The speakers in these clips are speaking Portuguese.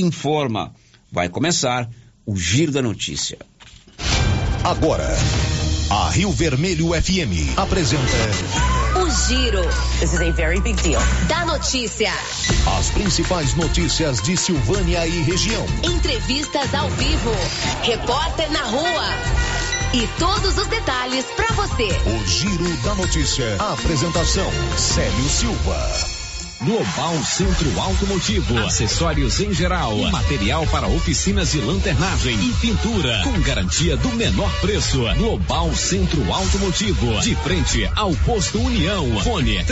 informa. Vai começar o Giro da Notícia. Agora, a Rio Vermelho FM apresenta o Giro. This is a very big deal. Da notícia. As principais notícias de Silvânia e região. Entrevistas ao vivo. Repórter na rua. E todos os detalhes para você. O Giro da Notícia. A apresentação: Célio Silva. Global Centro Automotivo, acessórios em geral, material para oficinas de lanternagem e pintura, com garantia do menor preço. Global Centro Automotivo, de frente ao Posto União. Fone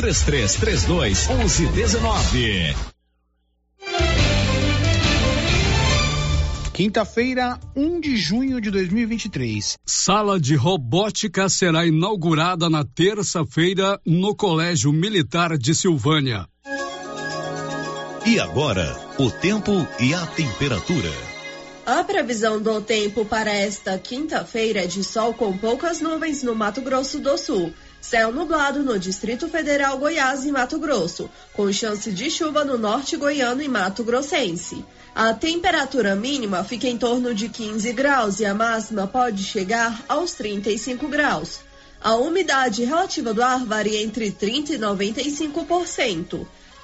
3332-1119. Quinta-feira, 1 de junho de 2023. Sala de robótica será inaugurada na terça-feira no Colégio Militar de Silvânia. E agora, o tempo e a temperatura. A previsão do tempo para esta quinta-feira é de sol com poucas nuvens no Mato Grosso do Sul. Céu nublado no Distrito Federal, Goiás e Mato Grosso, com chance de chuva no norte goiano e Mato Grossense. A temperatura mínima fica em torno de 15 graus e a máxima pode chegar aos 35 graus. A umidade relativa do ar varia entre 30% e 95%.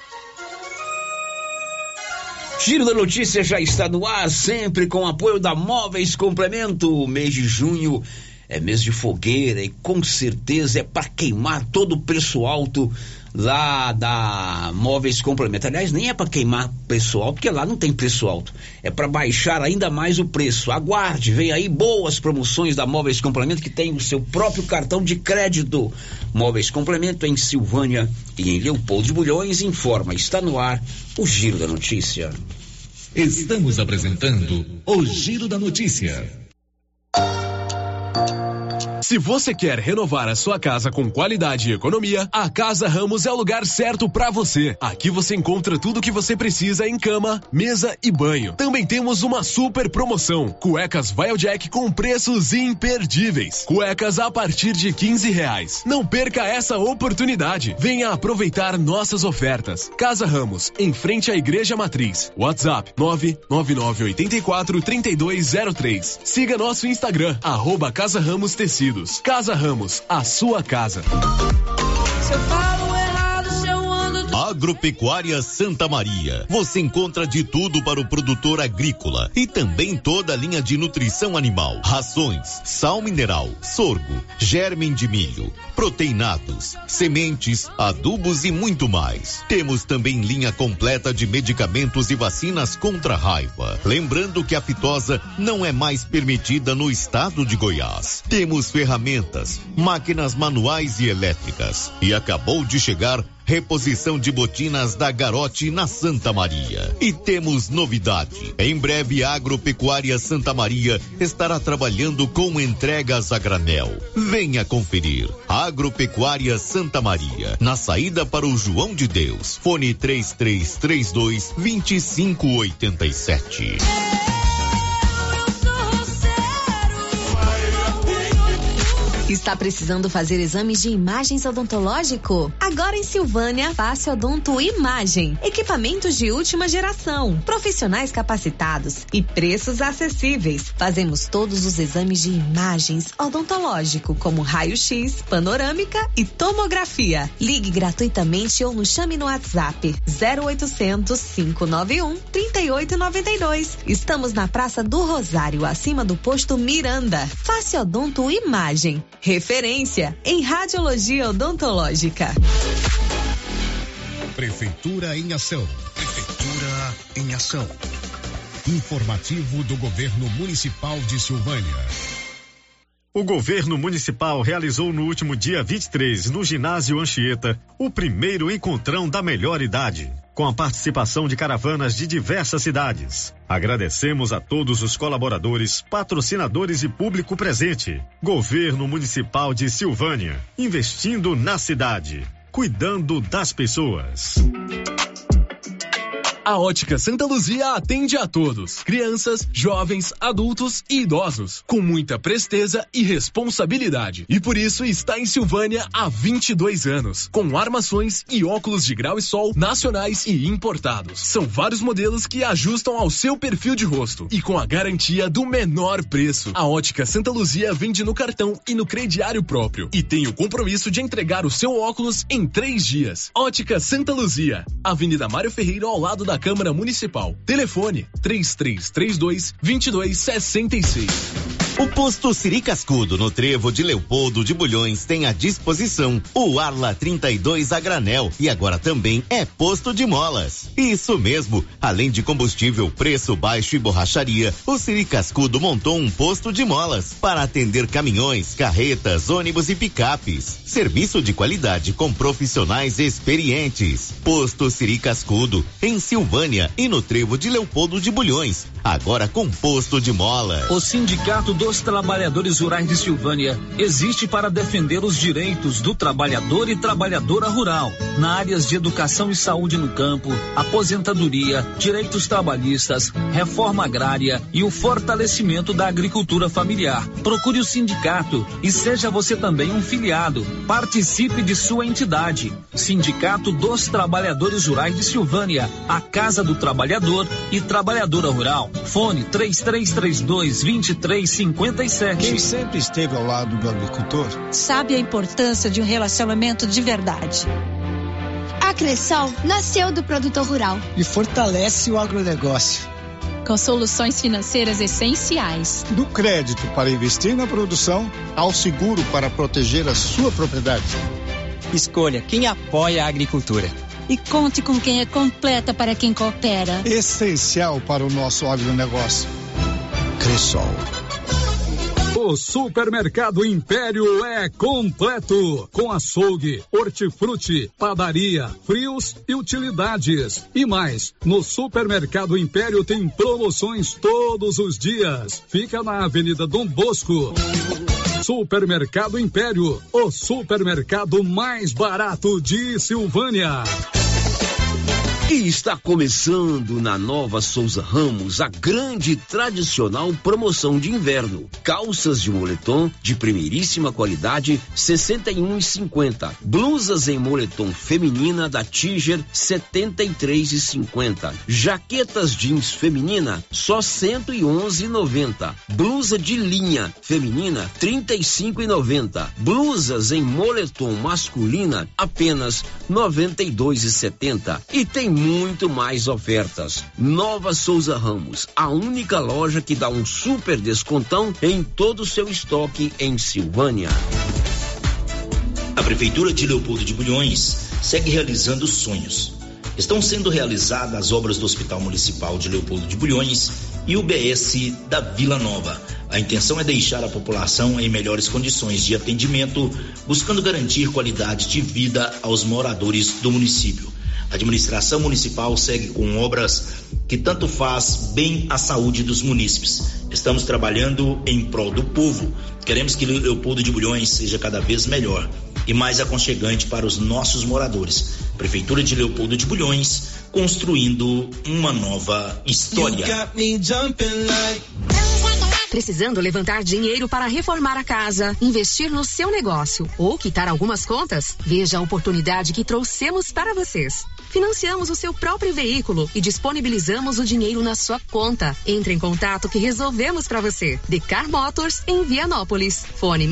Giro da Notícia já está no ar, sempre com o apoio da Móveis Complemento. O mês de junho é mês de fogueira e com certeza é para queimar todo o preço alto lá da Móveis Complemento. Aliás, nem é para queimar preço alto, porque lá não tem preço alto. É para baixar ainda mais o preço. Aguarde, vem aí boas promoções da Móveis Complemento, que tem o seu próprio cartão de crédito. Móveis Complemento em Silvânia e em Leopoldo de Bulhões. Informa, está no ar o Giro da Notícia. Estamos apresentando o Giro da Notícia. Se você quer renovar a sua casa com qualidade e economia, a Casa Ramos é o lugar certo para você. Aqui você encontra tudo o que você precisa em cama, mesa e banho. Também temos uma super promoção: cuecas Vilejack com preços imperdíveis. Cuecas a partir de R$15. Não perca essa oportunidade. Venha aproveitar nossas ofertas. Casa Ramos, em frente à Igreja Matriz. WhatsApp 99984-3203. Siga nosso Instagram, @Casa Ramos Tecidos. Casa Ramos, a sua casa. Se eu falo errado, se eu ando... Agropecuária Santa Maria. Você encontra de tudo para o produtor agrícola e também toda a linha de nutrição animal. Rações, sal mineral, sorgo, germe de milho, proteinados, sementes, adubos e muito mais. Temos também linha completa de medicamentos e vacinas contra a raiva. Lembrando que a fitosa não é mais permitida no estado de Goiás. Temos ferramentas, máquinas manuais e elétricas. E acabou de chegar reposição de botinas da Garote na Santa Maria. E temos novidade. Em breve, a Agropecuária Santa Maria estará trabalhando com entregas a granel. Venha conferir. Agropecuária Santa Maria, na saída para o João de Deus. Fone 3332-2587. Está precisando fazer exames de imagens odontológico? Agora em Silvânia, Face Odonto Imagem. Equipamentos de última geração, profissionais capacitados e preços acessíveis. Fazemos todos os exames de imagens odontológico, como raio-x, panorâmica e tomografia. Ligue gratuitamente ou nos chame no WhatsApp 0800 591 3892. Estamos na Praça do Rosário, acima do posto Miranda. Face Odonto Imagem. Referência em radiologia odontológica. Prefeitura em ação. Prefeitura em ação. Informativo do Governo Municipal de Silvânia. O Governo Municipal realizou no último dia 23, no Ginásio Anchieta, o primeiro encontrão da melhor idade, com a participação de caravanas de diversas cidades. Agradecemos a todos os colaboradores, patrocinadores e público presente. Governo Municipal de Silvânia, investindo na cidade, cuidando das pessoas. A Ótica Santa Luzia atende a todos, crianças, jovens, adultos e idosos, com muita presteza e responsabilidade. E por isso está em Silvânia há 22 anos, com armações e óculos de grau e sol nacionais e importados. São vários modelos que ajustam ao seu perfil de rosto e com a garantia do menor preço. A Ótica Santa Luzia vende no cartão e no crediário próprio e tem o compromisso de entregar o seu óculos em 3 dias. Ótica Santa Luzia, Avenida Mário Ferreira, ao lado da Câmara Municipal. Telefone 3332-2266. O posto Siri Cascudo, no Trevo de Leopoldo de Bulhões, tem à disposição o Arla 32 a granel e agora também é posto de molas. Isso mesmo, além de combustível, preço baixo e borracharia, o Siri Cascudo montou um posto de molas para atender caminhões, carretas, ônibus e picapes. Serviço de qualidade com profissionais experientes. Posto Siri Cascudo, em Silvânia e no Trevo de Leopoldo de Bulhões, agora com posto de molas. O Sindicato dos Trabalhadores Rurais de Silvânia existe para defender os direitos do trabalhador e trabalhadora rural, na áreas de educação e saúde no campo, aposentadoria, direitos trabalhistas, reforma agrária e o fortalecimento da agricultura familiar. Procure o sindicato e seja você também um filiado. Participe de sua entidade. Sindicato dos Trabalhadores Rurais de Silvânia, a Casa do Trabalhador e Trabalhadora Rural. Fone 3332-2357. Quem sempre esteve ao lado do agricultor sabe a importância de um relacionamento de verdade. A Cressol nasceu do produtor rural e fortalece o agronegócio com soluções financeiras essenciais. Do crédito para investir na produção ao seguro para proteger a sua propriedade. Escolha quem apoia a agricultura. E conte com quem é completa para quem coopera. Essencial para o nosso agronegócio. Cressol. O Supermercado Império é completo, com açougue, hortifruti, padaria, frios e utilidades. E mais, no Supermercado Império tem promoções todos os dias. Fica na Avenida Dom Bosco. Supermercado Império, o supermercado mais barato de Silvânia. E está começando na Nova Souza Ramos a grande e tradicional promoção de inverno. Calças de moletom de primeiríssima qualidade, 61,50. Blusas em moletom feminina da Tiger, 73,50. Jaquetas jeans feminina, só 111,90. Blusa de linha feminina, 35,90. Blusas em moletom masculina, apenas 92,70. E tem muito mais ofertas. Nova Souza Ramos, a única loja que dá um super descontão em todo o seu estoque em Silvânia. A Prefeitura de Leopoldo de Bulhões segue realizando sonhos. Estão sendo realizadas as obras do Hospital Municipal de Leopoldo de Bulhões e o BS da Vila Nova. A intenção é deixar a população em melhores condições de atendimento, buscando garantir qualidade de vida aos moradores do município. A administração municipal segue com obras que tanto faz bem à saúde dos munícipes. Estamos trabalhando em prol do povo. Queremos que Leopoldo de Bulhões seja cada vez melhor e mais aconchegante para os nossos moradores. Prefeitura de Leopoldo de Bulhões, construindo uma nova história. Precisando levantar dinheiro para reformar a casa, investir no seu negócio ou quitar algumas contas? Veja a oportunidade que trouxemos para vocês. Financiamos o seu próprio veículo e disponibilizamos o dinheiro na sua conta. Entre em contato que resolvemos para você. Decar Motors em Vianópolis. Fone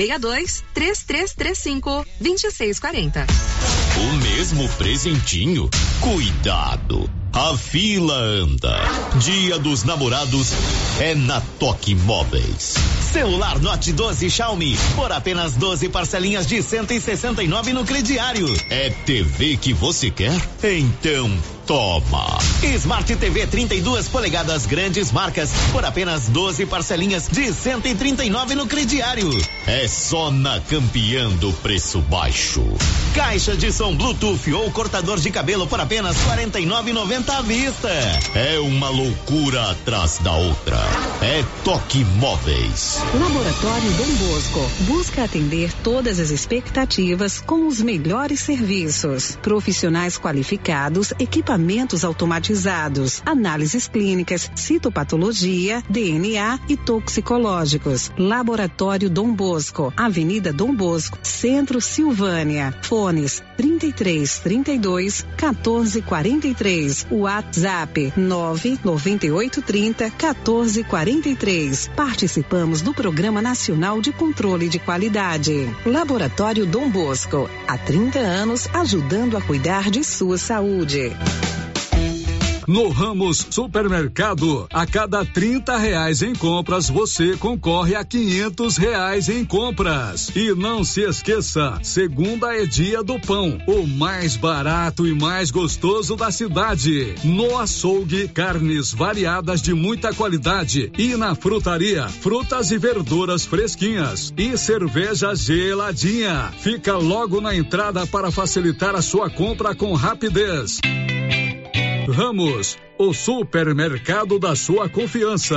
62-3335-2640. O mesmo presentinho? Cuidado! A fila anda. Dia dos Namorados é na Toque Móveis. Celular Note 12 Xiaomi por apenas 12 parcelinhas de 169 no crediário. É TV que você quer? Então toma. Smart TV 32 polegadas grandes marcas por apenas 12 parcelinhas de 139 no crediário. É só na Campeã do preço baixo. Caixa de som Bluetooth ou cortador de cabelo por apenas R$ 49,90 à vista. É uma loucura atrás da outra. É Toque Móveis. Laboratório Dom Bosco busca atender todas as expectativas com os melhores serviços, profissionais qualificados, equipamentos equipamentos automatizados, análises clínicas, citopatologia, DNA e toxicológicos. Laboratório Dom Bosco, Avenida Dom Bosco, Centro Silvânia. Fones 3332 1443. WhatsApp 99830 1443. Participamos do Programa Nacional de Controle de Qualidade. Laboratório Dom Bosco, há 30 anos ajudando a cuidar de sua saúde. No Ramos Supermercado, a cada R$30 em compras, você concorre a R$500 em compras. E não se esqueça, segunda é dia do pão, o mais barato e mais gostoso da cidade. No açougue, carnes variadas de muita qualidade. E na frutaria, frutas e verduras fresquinhas. E cerveja geladinha. Fica logo na entrada para facilitar a sua compra com rapidez. Ramos, o supermercado da sua confiança.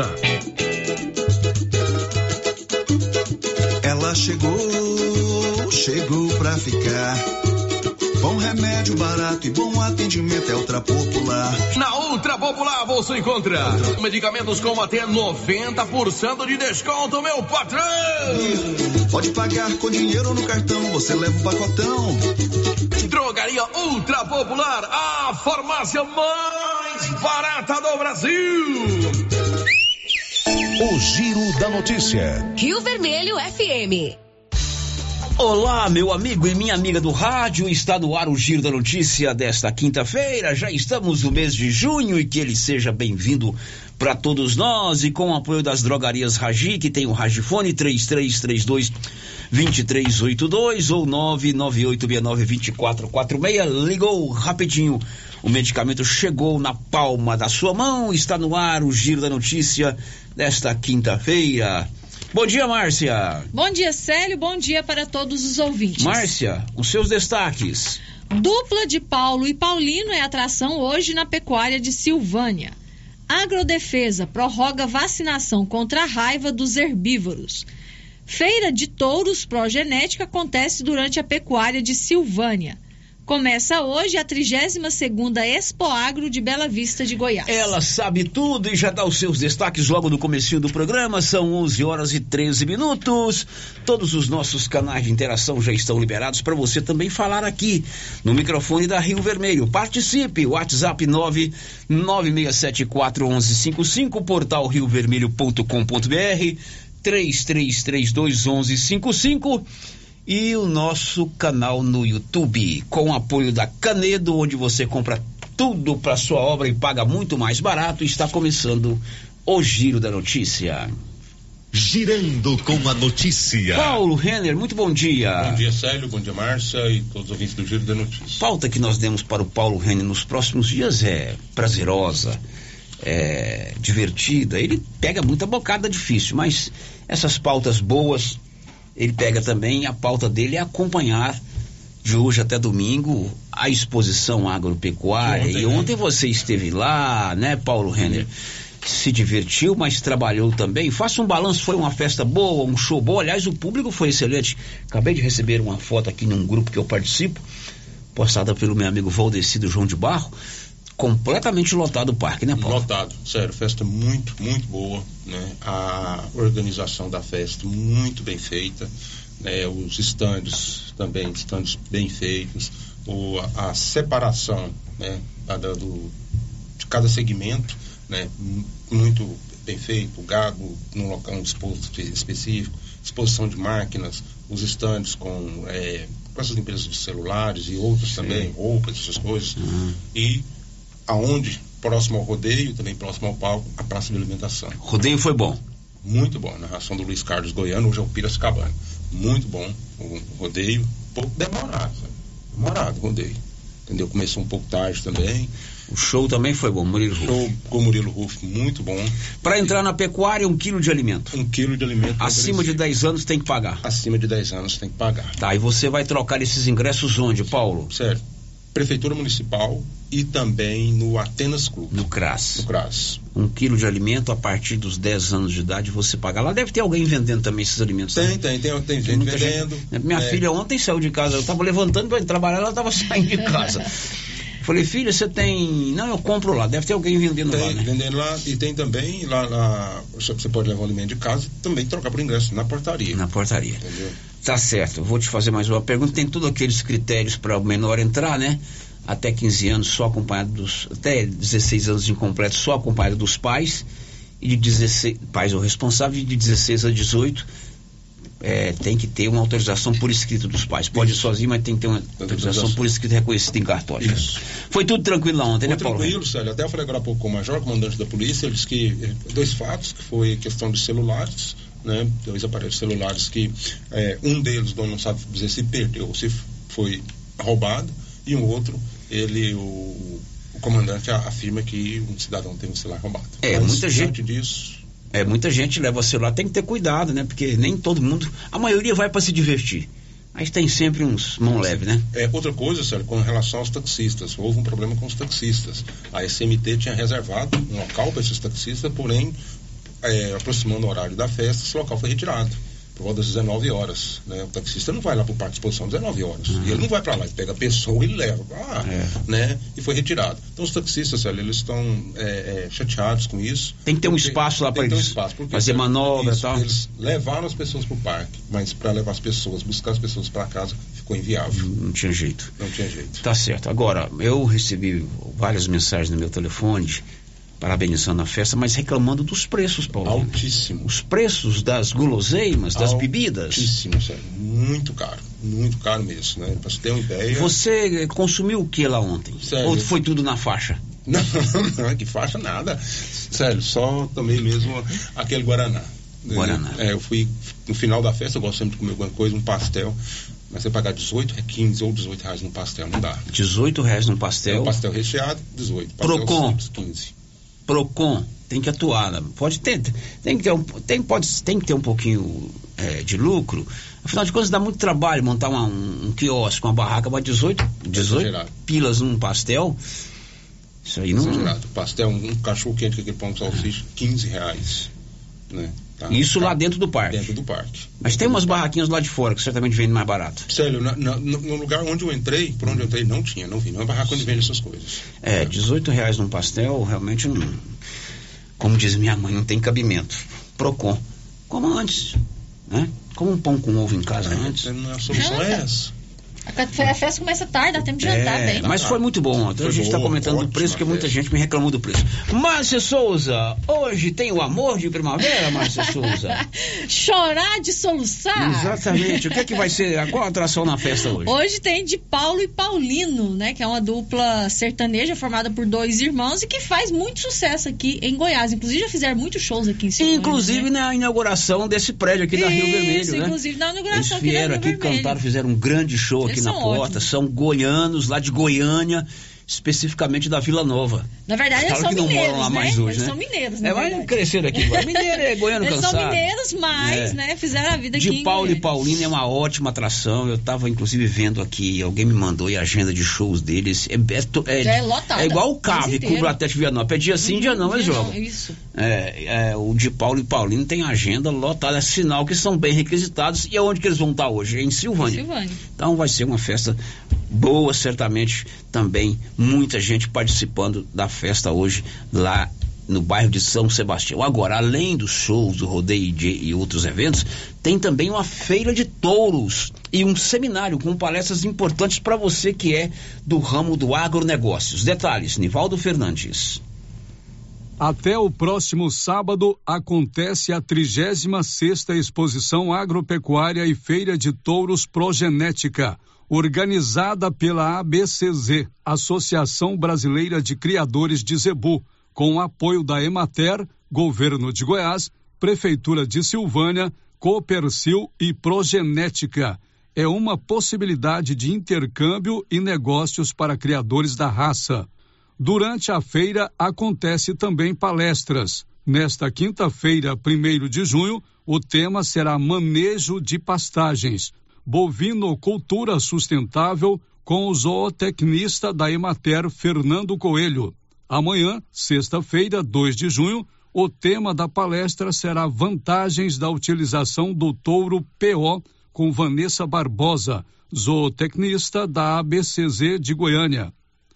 Ela chegou pra ficar. Bom remédio, barato e bom atendimento é Ultra Popular. Na Ultra Popular você encontra medicamentos com até 90% de desconto, meu patrão. Pode pagar com dinheiro ou no cartão, você leva um pacotão. Drogaria Ultra Popular, a farmácia mais barata do Brasil. O Giro da Notícia. Rio Vermelho FM. Olá, meu amigo e minha amiga do rádio, está no ar o Giro da Notícia desta quinta-feira. Já estamos no mês de junho e que ele seja bem-vindo para todos nós, e com o apoio das drogarias Ragi, que tem o Ragifone 3332-2382 ou 99869-2446. Ligou rapidinho, o medicamento chegou na palma da sua mão. Está no ar o Giro da Notícia desta quinta-feira. Bom dia, Márcia. Bom dia, Célio. Bom dia para todos os ouvintes. Márcia, os seus destaques. Dupla de Paulo e Paulino é atração hoje na pecuária de Silvânia. Agrodefesa prorroga vacinação contra a raiva dos herbívoros. Feira de touros progenética acontece durante a pecuária de Silvânia. Começa hoje a 32ª Expo Agro de Bela Vista de Goiás. Ela sabe tudo e já dá os seus destaques logo no comecinho do programa. São 11h13. Todos os nossos canais de interação já estão liberados para você também falar aqui no microfone da Rio Vermelho. Participe, WhatsApp 996741155, portal riovermelho.com.br, 33321155. E o nosso canal no YouTube, com o apoio da Canedo, onde você compra tudo para sua obra e paga muito mais barato. Está começando o Giro da Notícia. Girando com a notícia. Paulo Renner, muito bom dia. Bom dia, Célio, bom dia, Márcia e todos os ouvintes do Giro da Notícia. A pauta que nós demos para o Paulo Renner nos próximos dias é prazerosa, é divertida. Ele pega muita bocada difícil, mas essas pautas boas ele pega também. A pauta dele é acompanhar de hoje até domingo a exposição agropecuária. Ontem você esteve lá, né, Paulo Renner? Se divertiu, mas trabalhou também. Faça um balanço, foi uma festa boa, um show bom. Aliás, o público foi excelente. Acabei de receber uma foto aqui num grupo que eu participo, postada pelo meu amigo Valdecido João de Barro. Completamente lotado o parque, né, Paulo? Lotado, sério, festa muito, muito boa, né? A organização da festa muito bem feita, né? Os estandes também, estandes bem feitos, a separação, né? De cada segmento, né? Muito bem feito, o gado num local disposto específico, exposição de máquinas, os estandes com essas empresas de celulares e outros também, roupas, essas coisas, e aonde, próximo ao rodeio, também próximo ao palco, a praça de alimentação. Rodeio foi bom? Muito bom, narração do Luiz Carlos Goiano, hoje é o Piracicabana. Muito bom o rodeio, um pouco demorado o rodeio, entendeu? Começou um pouco tarde também. O show também foi bom, Murilo Ruff. Show com o Murilo Ruff, muito bom. Para entrar na pecuária, 1 quilo de alimento. 1 quilo de alimento. Acima de 10 anos tem que pagar. Acima de 10 anos tem que pagar. Tá, e você vai trocar esses ingressos onde, Paulo? Certo. Prefeitura Municipal e também no Atenas Clube. No CRAS. No CRAS. 1 quilo de alimento a partir dos 10 anos de idade você paga. Lá deve ter alguém vendendo também esses alimentos. Tem gente vendendo. Minha filha ontem saiu de casa, eu estava levantando para ir trabalhar, ela estava saindo de casa. Falei, filha, você tem... Não, eu compro lá, deve ter alguém vendendo lá, né? Vendendo lá, e tem também lá, você pode levar o alimento de casa e também trocar por ingresso na portaria. Na portaria. Entendeu? Tá certo, vou te fazer mais uma pergunta. Tem todos aqueles critérios para o menor entrar, né? Até 15 anos só acompanhado dos... Até 16 anos de incompleto só acompanhado dos pais. E de 16... Pais ou responsáveis, de 16 a 18... tem que ter uma autorização por escrito dos pais. Pode ir sozinho, mas tem que ter uma autorização por escrito reconhecida em cartório. Isso. Foi tudo tranquilo lá ontem, né, Paulo? Tranquilo, Célio. Até eu falei agora há pouco com o major, comandante da polícia, ele disse que 2 fatos, que foi questão de celulares, né? 2 aparelhos celulares que um deles, o dono não sabe dizer se perdeu ou se foi roubado, e um outro, o comandante afirma que um cidadão tem um celular roubado. Mas, muita gente disso... muita gente leva o celular, tem que ter cuidado, né? Porque nem todo mundo, a maioria vai para se divertir. Mas tem sempre uns mão leve, né? Outra coisa, Sérgio, com relação aos taxistas, houve um problema com os taxistas. A SMT tinha reservado um local para esses taxistas, porém, aproximando o horário da festa, esse local foi retirado, por volta das 19 horas, né? O taxista não vai lá para o parque de exposição às 19 horas, e ele não vai para lá, ele pega a pessoa e leva, né? E foi retirado. Então os taxistas, Célio, eles estão chateados com isso. Tem que ter um espaço lá para eles fazer manobra e tal. Eles levaram as pessoas para o parque, mas para levar as pessoas, buscar as pessoas para casa, ficou inviável. Não tinha jeito. Não tinha jeito. Tá certo. Agora, eu recebi várias mensagens no meu telefone parabenizando a festa, mas reclamando dos preços, Paulo. Altíssimo. Os preços das guloseimas, das bebidas. Altíssimo, sério. Muito caro mesmo, né? Pra você ter uma ideia. Você consumiu o que lá ontem? Sério? Ou foi tudo na faixa? Não, que faixa nada. Sério, só tomei mesmo aquele Guaraná. Guaraná. Eu fui no final da festa, eu gosto sempre de comer alguma coisa, um pastel. Mas você pagar 18 é 15 ou 18 reais num pastel, não dá. 18 reais num pastel? Um pastel recheado, 18. Pastel Procon. Simples, 15. Procon tem que atuar, né? Tem que ter um pouquinho de lucro. Afinal de contas dá muito trabalho montar um quiosque, uma barraca, mas 18 pilas num pastel, isso aí não... Exagerado. Pastel, um cachorro quente com aquele pão de salsicha, 15 reais, né? Tá, isso lá dentro do parque. Dentro do parque. Mas tem umas barraquinhas lá de fora que certamente vendem mais barato. Sério, no lugar onde eu entrei, por onde eu entrei, não vi nenhuma barraca onde vende essas coisas. 18 reais num pastel, realmente não, como diz minha mãe, não tem cabimento. Procon, como antes, né? Como um pão com ovo em casa antes. A solução é essa. A festa começa tarde, dá tempo de jantar bem. Mas foi muito bom. Então a gente está comentando o preço, porque muita gente me reclamou do preço. Márcia Souza, hoje tem o amor de primavera, Márcia Souza? Chorar de soluçar. Exatamente. O que é que vai ser? Qual a atração na festa hoje? Hoje tem de Paulo e Paulino, né? Que é uma dupla sertaneja formada por 2 irmãos e que faz muito sucesso aqui em Goiás. Inclusive já fizeram muitos shows aqui em Silvânia. Inclusive na inauguração desse prédio aqui da Rio Vermelho, né? Inclusive na inauguração aqui da Rio Vermelho. Cantaram, fizeram um grande show aqui na porta, ótimos. São goianos lá de Goiânia, especificamente da Vila Nova. Na verdade, eles são mineiros, moram lá mais hoje, eles né? são mineiros, mas cresceram aqui. Mineiro é goiano eles cansado. Eles são mineiros, mas, né, fizeram a vida aqui De Paulo e Paulino é uma ótima atração. Eu estava, inclusive, vendo aqui, alguém me mandou a agenda de shows deles. É lotada. É igual o Cave, que o Atlético Vianópolis. É dia sim, dia não, eles jogam. Isso. O de Paulo e Paulino tem agenda lotada, é sinal que são bem requisitados. E aonde que eles vão estar hoje? É em Silvânia. Então vai ser uma festa boa, certamente também muita gente participando da festa hoje lá no bairro de São Sebastião. Agora, além dos shows, do rodeio e outros eventos, tem também uma feira de touros e um seminário com palestras importantes para você que é do ramo do agronegócios. Detalhes, Nivaldo Fernandes. Até o próximo sábado acontece a 36ª Exposição Agropecuária e Feira de Touros Progenética, organizada pela ABCZ, Associação Brasileira de Criadores de Zebu, com apoio da Emater, Governo de Goiás, Prefeitura de Silvânia, Copercil e Progenética. É uma possibilidade de intercâmbio e negócios para criadores da raça. Durante a feira acontece também palestras. Nesta quinta-feira, 1º de junho, o tema será manejo de pastagens, bovinocultura sustentável, com o zootecnista da Emater, Fernando Coelho. Amanhã, sexta-feira, 2 de junho, o tema da palestra será vantagens da utilização do touro PO, com Vanessa Barbosa, zootecnista da ABCZ de Goiânia.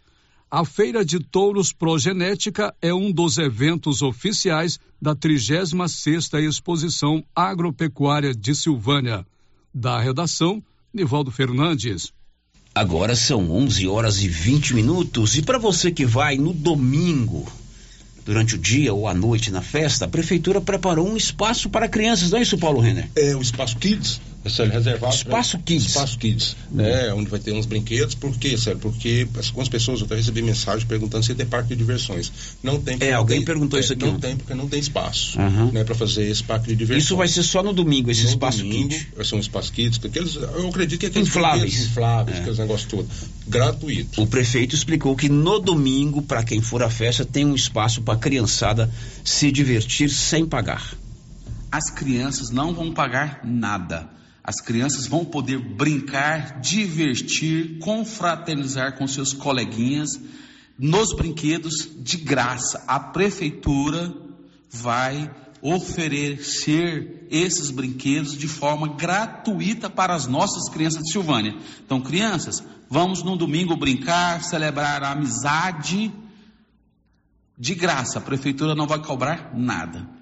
A Feira de Touros Progenética é um dos eventos oficiais da 36ª Exposição Agropecuária de Silvânia. Da redação, Nivaldo Fernandes. Agora são 11h20 e para você que vai no domingo, durante o dia ou à noite na festa, a prefeitura preparou um espaço para crianças, não é isso, Paulo Renner? É o Espaço Kids, reservado. Espaço Kids. Espaço Kids, onde vai ter uns brinquedos. Por quê, Sérgio? Porque algumas pessoas, eu até recebi mensagem perguntando se tem parque de diversões. Não tem. Alguém perguntou isso aqui. Não tem, porque não tem espaço, para fazer esse parque de diversões. Isso vai ser só no domingo, esse Espaço Kids? Vai ser um Espaço Kids, porque eu acredito que aqueles infláveis, aqueles negócios todos, gratuito. O prefeito explicou que no domingo, para quem for à festa, tem um espaço para a criançada se divertir sem pagar. As crianças não vão pagar nada. As crianças vão poder brincar, divertir, confraternizar com seus coleguinhas nos brinquedos de graça. A prefeitura vai oferecer esses brinquedos de forma gratuita para as nossas crianças de Silvânia. Então, crianças, vamos no domingo brincar, celebrar a amizade de graça. A prefeitura não vai cobrar nada.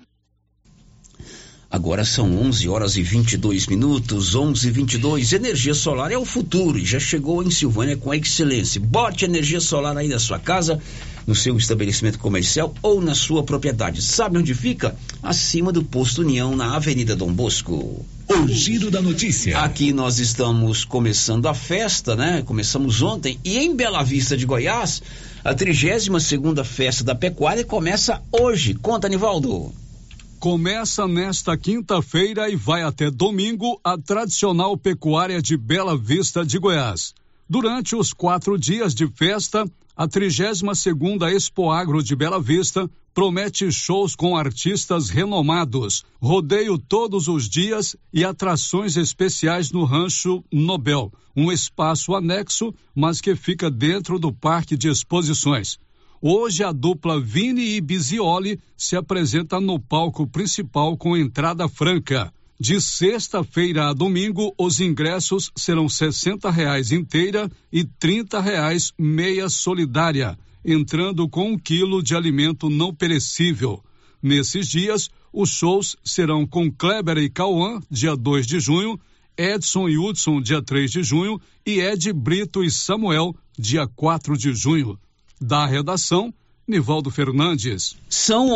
Agora são 11h22, 11h22. Energia solar é o futuro e já chegou em Silvânia com excelência. Bote energia solar aí na sua casa, no seu estabelecimento comercial ou na sua propriedade. Sabe onde fica? Acima do Posto União, na Avenida Dom Bosco. O Giro da Notícia. Aqui nós estamos começando a festa, né? Começamos ontem e em Bela Vista de Goiás, a 32ª Festa da Pecuária começa hoje. Conta, Nivaldo. Começa nesta quinta-feira e vai até domingo a tradicional pecuária de Bela Vista de Goiás. Durante os 4 dias de festa, a 32ª Expo Agro de Bela Vista promete shows com artistas renomados, rodeio todos os dias e atrações especiais no Rancho Nobel, um espaço anexo, mas que fica dentro do Parque de Exposições. Hoje a dupla Vini e Bizioli se apresenta no palco principal com entrada franca. De sexta-feira a domingo, os ingressos serão R$60 inteira e R$30 meia solidária, entrando com 1 quilo de alimento não perecível. Nesses dias, os shows serão com Kleber e Cauã, dia 2 de junho, Edson e Hudson, dia 3 de junho, e Ed Brito e Samuel, dia 4 de junho. Da redação, Nivaldo Fernandes. São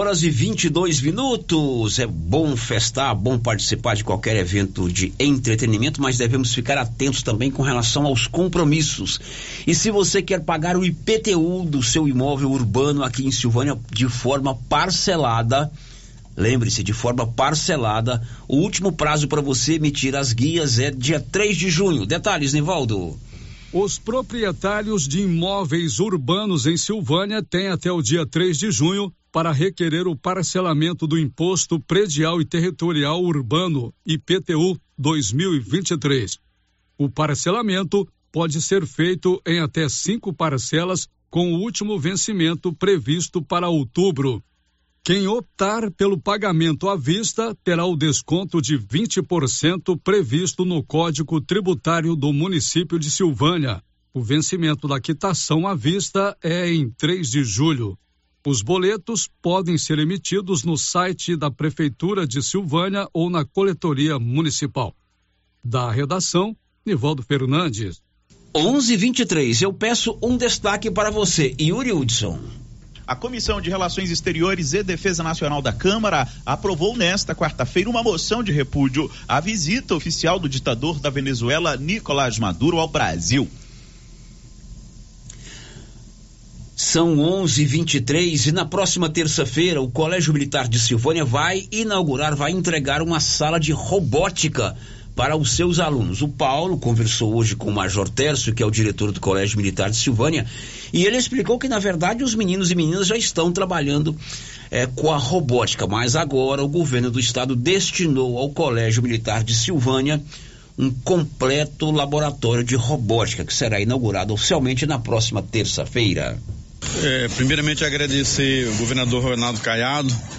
11h22. É bom festar, bom participar de qualquer evento de entretenimento, mas devemos ficar atentos também com relação aos compromissos. E se você quer pagar o IPTU do seu imóvel urbano aqui em Silvânia de forma parcelada, lembre-se, de forma parcelada, o último prazo para você emitir as guias é dia 3 de junho. Detalhes, Nivaldo. Os proprietários de imóveis urbanos em Silvânia têm até o dia 3 de junho para requerer o parcelamento do Imposto Predial e Territorial Urbano, IPTU 2023. O parcelamento pode ser feito em até 5 parcelas, com o último vencimento previsto para outubro. Quem optar pelo pagamento à vista terá o desconto de 20% previsto no Código Tributário do município de Silvânia. O vencimento da quitação à vista é em 3 de julho. Os boletos podem ser emitidos no site da Prefeitura de Silvânia ou na Coletoria Municipal. Da redação, Nivaldo Fernandes. 11h23. Eu peço um destaque para você, Yuri Hudson. A Comissão de Relações Exteriores e Defesa Nacional da Câmara aprovou nesta quarta-feira uma moção de repúdio à visita oficial do ditador da Venezuela, Nicolás Maduro, ao Brasil. São 11h23 e na próxima terça-feira o Colégio Militar de Silvânia vai entregar uma sala de robótica para os seus alunos. O Paulo conversou hoje com o Major Tércio, que é o diretor do Colégio Militar de Silvânia, e ele explicou que, na verdade, os meninos e meninas já estão trabalhando com a robótica, mas agora o governo do estado destinou ao Colégio Militar de Silvânia um completo laboratório de robótica, que será inaugurado oficialmente na próxima terça-feira. Primeiramente agradecer o governador Ronaldo Caiado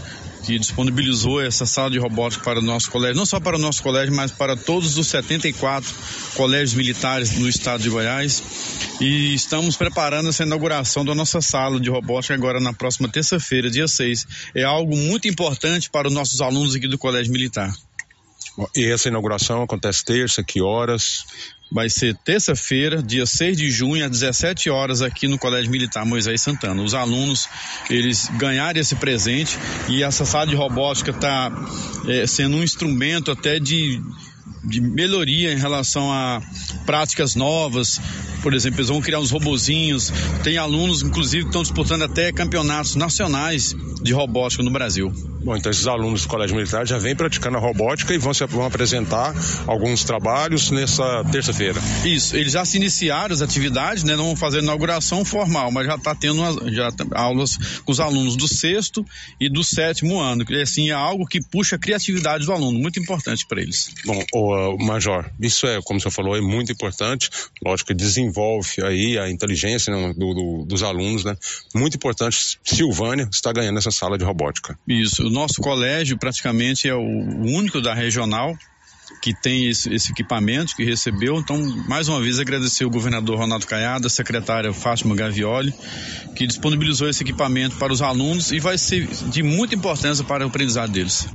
que disponibilizou essa sala de robótica para o nosso colégio, não só para o nosso colégio, mas para todos os 74 colégios militares no estado de Goiás. E estamos preparando essa inauguração da nossa sala de robótica agora na próxima terça-feira, dia 6. É algo muito importante para os nossos alunos aqui do Colégio Militar. E essa inauguração acontece terça, que horas? Vai ser terça-feira, dia 6 de junho, às 17 horas, aqui no Colégio Militar Moisés Santana. Os alunos, eles ganharam esse presente e essa sala de robótica está sendo um instrumento até de melhoria em relação a práticas novas. Por exemplo, eles vão criar uns robozinhos. Tem alunos, inclusive, que estão disputando até campeonatos nacionais de robótica no Brasil. Bom, então esses alunos do Colégio Militar já vêm praticando a robótica e vão apresentar alguns trabalhos nessa terça-feira. Isso, eles já se iniciaram as atividades, né? Não vão fazer inauguração formal, mas já está tendo aulas com os alunos do 6º e do 7º ano. Assim, é algo que puxa a criatividade do aluno, muito importante para eles. Bom, Major, isso como o senhor falou, é muito importante. Lógico que desenvolve aí a inteligência, né, dos alunos, né? Muito importante. Silvânia está ganhando essa sala de robótica. Isso, o nosso colégio praticamente é o único da regional que tem esse equipamento, que recebeu. Então, mais uma vez, agradecer o governador Ronaldo Caiado, a secretária Fátima Gavioli, que disponibilizou esse equipamento para os alunos e vai ser de muita importância para o aprendizado deles.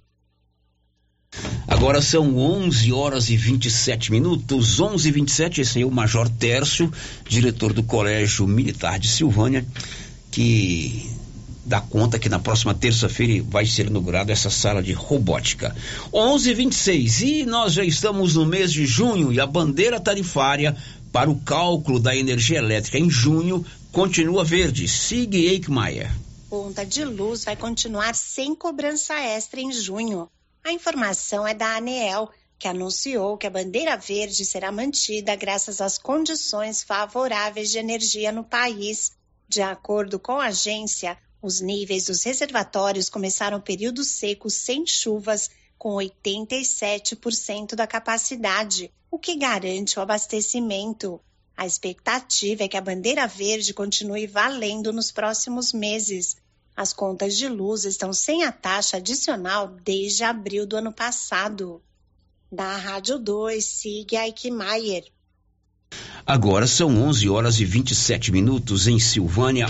Agora são 11 horas e 27 minutos, 11h27, esse aí é o Major Tércio, diretor do Colégio Militar de Silvânia, que dá conta que na próxima terça-feira vai ser inaugurada essa sala de robótica. 11h26, e nós já estamos no mês de junho e a bandeira tarifária para o cálculo da energia elétrica em junho continua verde. Sig Eichmeier. Conta de luz vai continuar sem cobrança extra em junho. A informação é da ANEEL, que anunciou que a bandeira verde será mantida graças às condições favoráveis de energia no país. De acordo com a agência, os níveis dos reservatórios começaram o período seco sem chuvas, com 87% da capacidade, o que garante o abastecimento. A expectativa é que a bandeira verde continue valendo nos próximos meses. As contas de luz estão sem a taxa adicional desde abril do ano passado. Da Rádio 2, Sig Eichmeier. Agora são 11 horas e 27 minutos em Silvânia,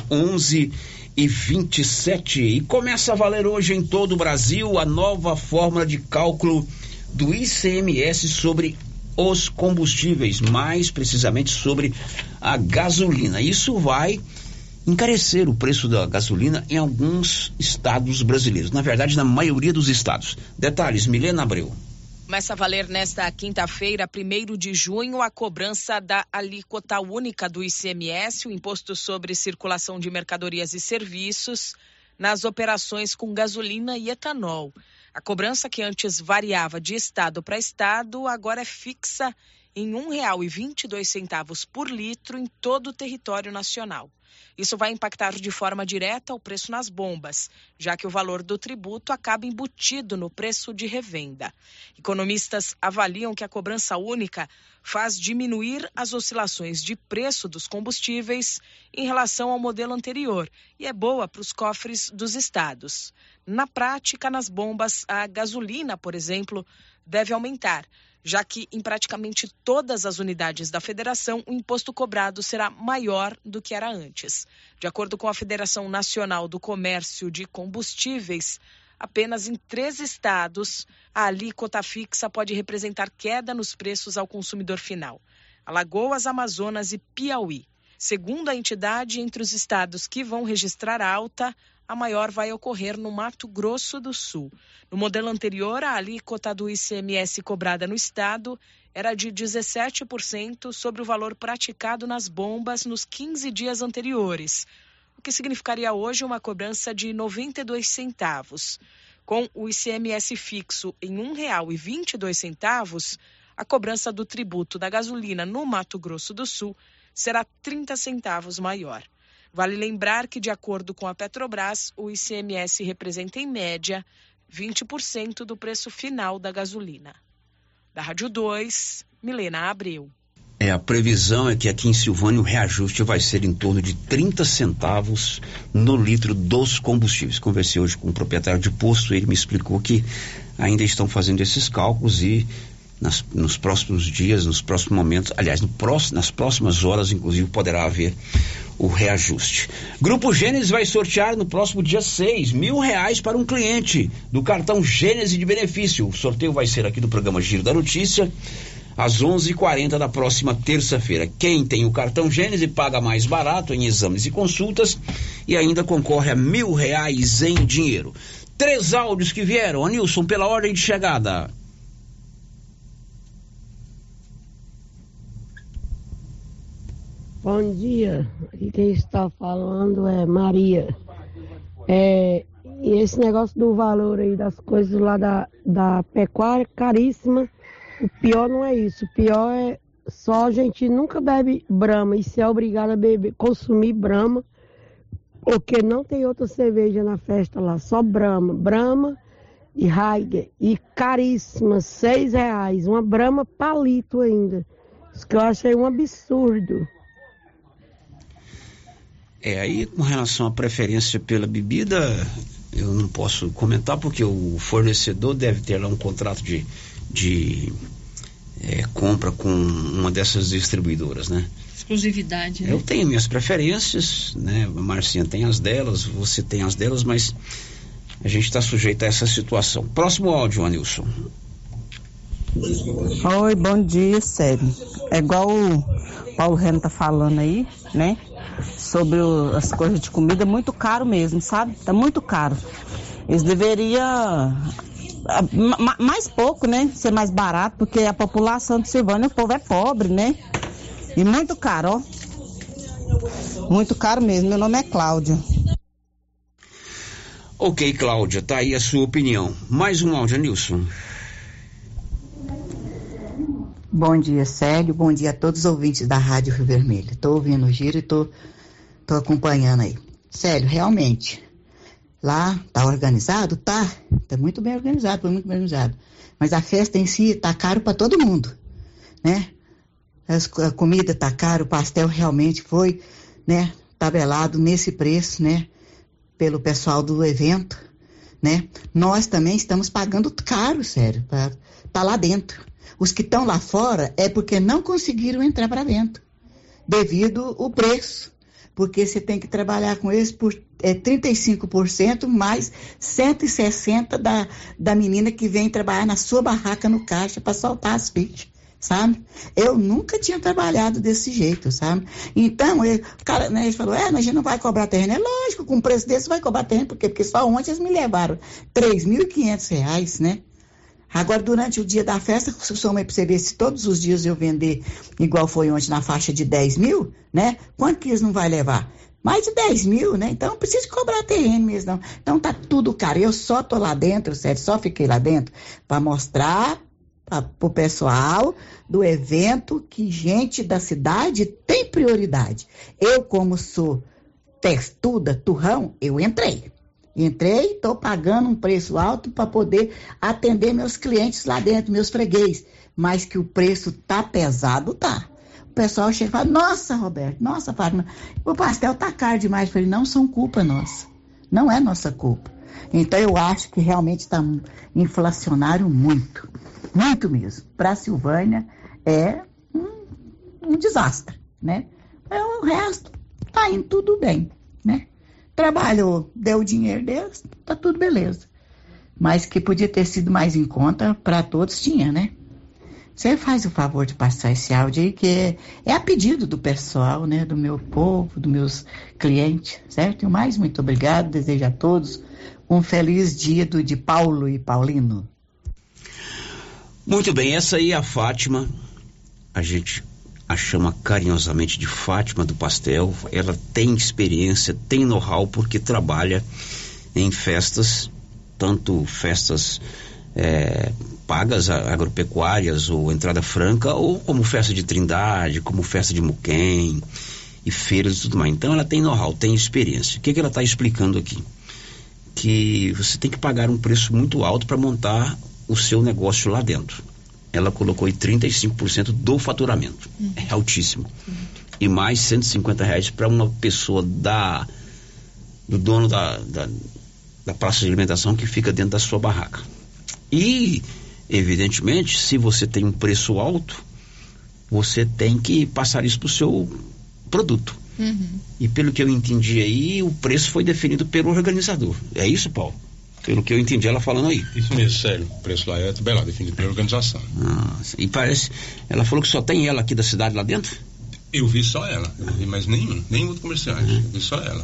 11h27. E começa a valer hoje em todo o Brasil a nova fórmula de cálculo do ICMS sobre os combustíveis, mais precisamente sobre a gasolina. Isso vai encarecer o preço da gasolina em alguns estados brasileiros. Na verdade, na maioria dos estados. Detalhes, Milena Abreu. Começa a valer nesta quinta-feira, 1º de junho, a cobrança da alíquota única do ICMS, o Imposto sobre Circulação de Mercadorias e Serviços, nas operações com gasolina e etanol. A cobrança, que antes variava de estado para estado, agora é fixa em R$ 1,22 por litro em todo o território nacional. Isso vai impactar de forma direta o preço nas bombas, já que o valor do tributo acaba embutido no preço de revenda. Economistas avaliam que a cobrança única faz diminuir as oscilações de preço dos combustíveis em relação ao modelo anterior e é boa para os cofres dos estados. Na prática, nas bombas, a gasolina, por exemplo, deve aumentar, já que em praticamente todas as unidades da federação o imposto cobrado será maior do que era antes. De acordo com a Federação Nacional do Comércio de Combustíveis, apenas em 3 estados a alíquota fixa pode representar queda nos preços ao consumidor final: Alagoas, Amazonas e Piauí. Segundo a entidade, entre os estados que vão registrar alta, a maior vai ocorrer no Mato Grosso do Sul. No modelo anterior, a alíquota do ICMS cobrada no estado era de 17% sobre o valor praticado nas bombas nos 15 dias anteriores, o que significaria hoje uma cobrança de 92 centavos. Com o ICMS fixo em R$ 1,22, a cobrança do tributo da gasolina no Mato Grosso do Sul será 30 centavos maior. Vale lembrar que, de acordo com a Petrobras, o ICMS representa, em média, 20% do preço final da gasolina. Da Rádio 2, Milena Abreu. A previsão é que aqui em Silvânia o reajuste vai ser em torno de 30 centavos no litro dos combustíveis. Conversei hoje com um proprietário de posto, ele me explicou que ainda estão fazendo esses cálculos e nos próximos dias, nos próximos momentos, aliás, nas próximas horas, inclusive, poderá haver o reajuste. Grupo Gênesis vai sortear no próximo dia 6 R$1.000 para um cliente do cartão Gênesis de benefício. O sorteio vai ser aqui do programa Giro da Notícia, às 11h40 da próxima terça-feira. Quem tem o cartão Gênesis paga mais barato em exames e consultas e ainda concorre a R$1.000 em dinheiro. 3 áudios que vieram. Anilson, pela ordem de chegada. Bom dia, aqui quem está falando é Maria. E esse negócio do valor aí das coisas lá da pecuária, caríssima. O pior não é isso, o pior é só a gente nunca bebe Brahma e ser obrigado a consumir Brahma, porque não tem outra cerveja na festa lá, só Brahma e Heiger, e caríssima, R$6, uma Brahma palito ainda. Isso que eu achei um absurdo. Aí com relação à preferência pela bebida, eu não posso comentar porque o fornecedor deve ter lá um contrato de compra com uma dessas distribuidoras, né? Exclusividade, né? Eu tenho minhas preferências, né? A Marcinha tem as delas, você tem as delas, mas a gente está sujeito a essa situação. Próximo áudio, Anilson. Oi, bom dia, Célio. É igual o Paulo Reno tá falando aí, né? Sobre as coisas de comida, muito caro mesmo, sabe? Tá muito caro. Eles deveriam mais pouco, né? Ser mais barato, porque a população de Silvânia, o povo é pobre, né? E muito caro, ó. Muito caro mesmo. Meu nome é Cláudia. Ok, Cláudia, tá aí a sua opinião. Mais um áudio, Nilson. Bom dia, Célio. Bom dia a todos os ouvintes da Rádio Rio Vermelho. Estou ouvindo o giro e tô acompanhando aí. Célio, realmente, lá tá organizado? Tá muito bem organizado, foi muito bem organizado. Mas a festa em si tá caro para todo mundo, né? A comida tá caro, o pastel realmente foi, né, tabelado nesse preço, né, pelo pessoal do evento, né? Nós também estamos pagando caro, sério, para tá lá dentro. Os que estão lá fora é porque não conseguiram entrar para dentro, devido ao preço, porque você tem que trabalhar com eles por 35% mais 160% da menina que vem trabalhar na sua barraca no caixa para soltar as fichas, sabe? Eu nunca tinha trabalhado desse jeito, sabe? Então, o cara, né, ele falou, mas a gente não vai cobrar terreno. É lógico, com um preço desse vai cobrar terreno, porque só ontem eles me levaram R$3.500, né? Agora, durante o dia da festa, se você perceber, se todos os dias eu vender igual foi ontem na faixa de 10 mil, né? Quanto que eles não vai levar? Mais de 10 mil, né? Então, não precisa cobrar terreno mesmo, não. Então, tá tudo caro. Eu só tô lá dentro, sério, só fiquei lá dentro para mostrar pro pessoal do evento que gente da cidade tem prioridade. Eu, como sou testuda, turrão, eu entrei, estou pagando um preço alto para poder atender meus clientes lá dentro, meus freguês, mas que o preço tá pesado, tá. O pessoal chega e fala, nossa, Roberto, nossa, Fátima, o pastel tá caro demais. Eu falei, não são culpa nossa, não é nossa culpa. Então eu acho que realmente está inflacionário muito mesmo. Para a Silvânia é um desastre, né? O resto tá indo tudo bem, né? Trabalhou, deu o dinheiro deles, tá tudo beleza. Mas que podia ter sido mais em conta para todos, tinha, né? Você faz o favor de passar esse áudio aí, que é a pedido do pessoal, né? Do meu povo, dos meus clientes, certo? E mais, muito obrigado, desejo a todos um feliz dia de Paulo e Paulino. Muito bem, essa aí é a Fátima, a gente a chama carinhosamente de Fátima do Pastel. Ela tem experiência, tem know-how, porque trabalha em festas, tanto festas pagas, agropecuárias ou entrada franca, ou como festa de Trindade, como festa de Muquem e feiras e tudo mais. Então ela tem know-how, tem experiência. O que ela está explicando aqui? Que você tem que pagar um preço muito alto para montar o seu negócio lá dentro. ela colocou aí 35% do faturamento. É altíssimo. E mais R$150 para uma pessoa do dono da praça de alimentação que fica dentro da sua barraca. E, evidentemente, se você tem um preço alto, você tem que passar isso para o seu produto. E pelo que eu entendi aí, o preço foi definido pelo organizador. É isso, Paulo? Pelo que eu entendi ela falando aí. Isso mesmo, sério. O preço lá é bem lá, definido pela organização. E parece, ela falou que só tem ela aqui da cidade lá dentro? Eu vi só ela, eu não vi mais nenhum outro comerciante, eu vi só ela.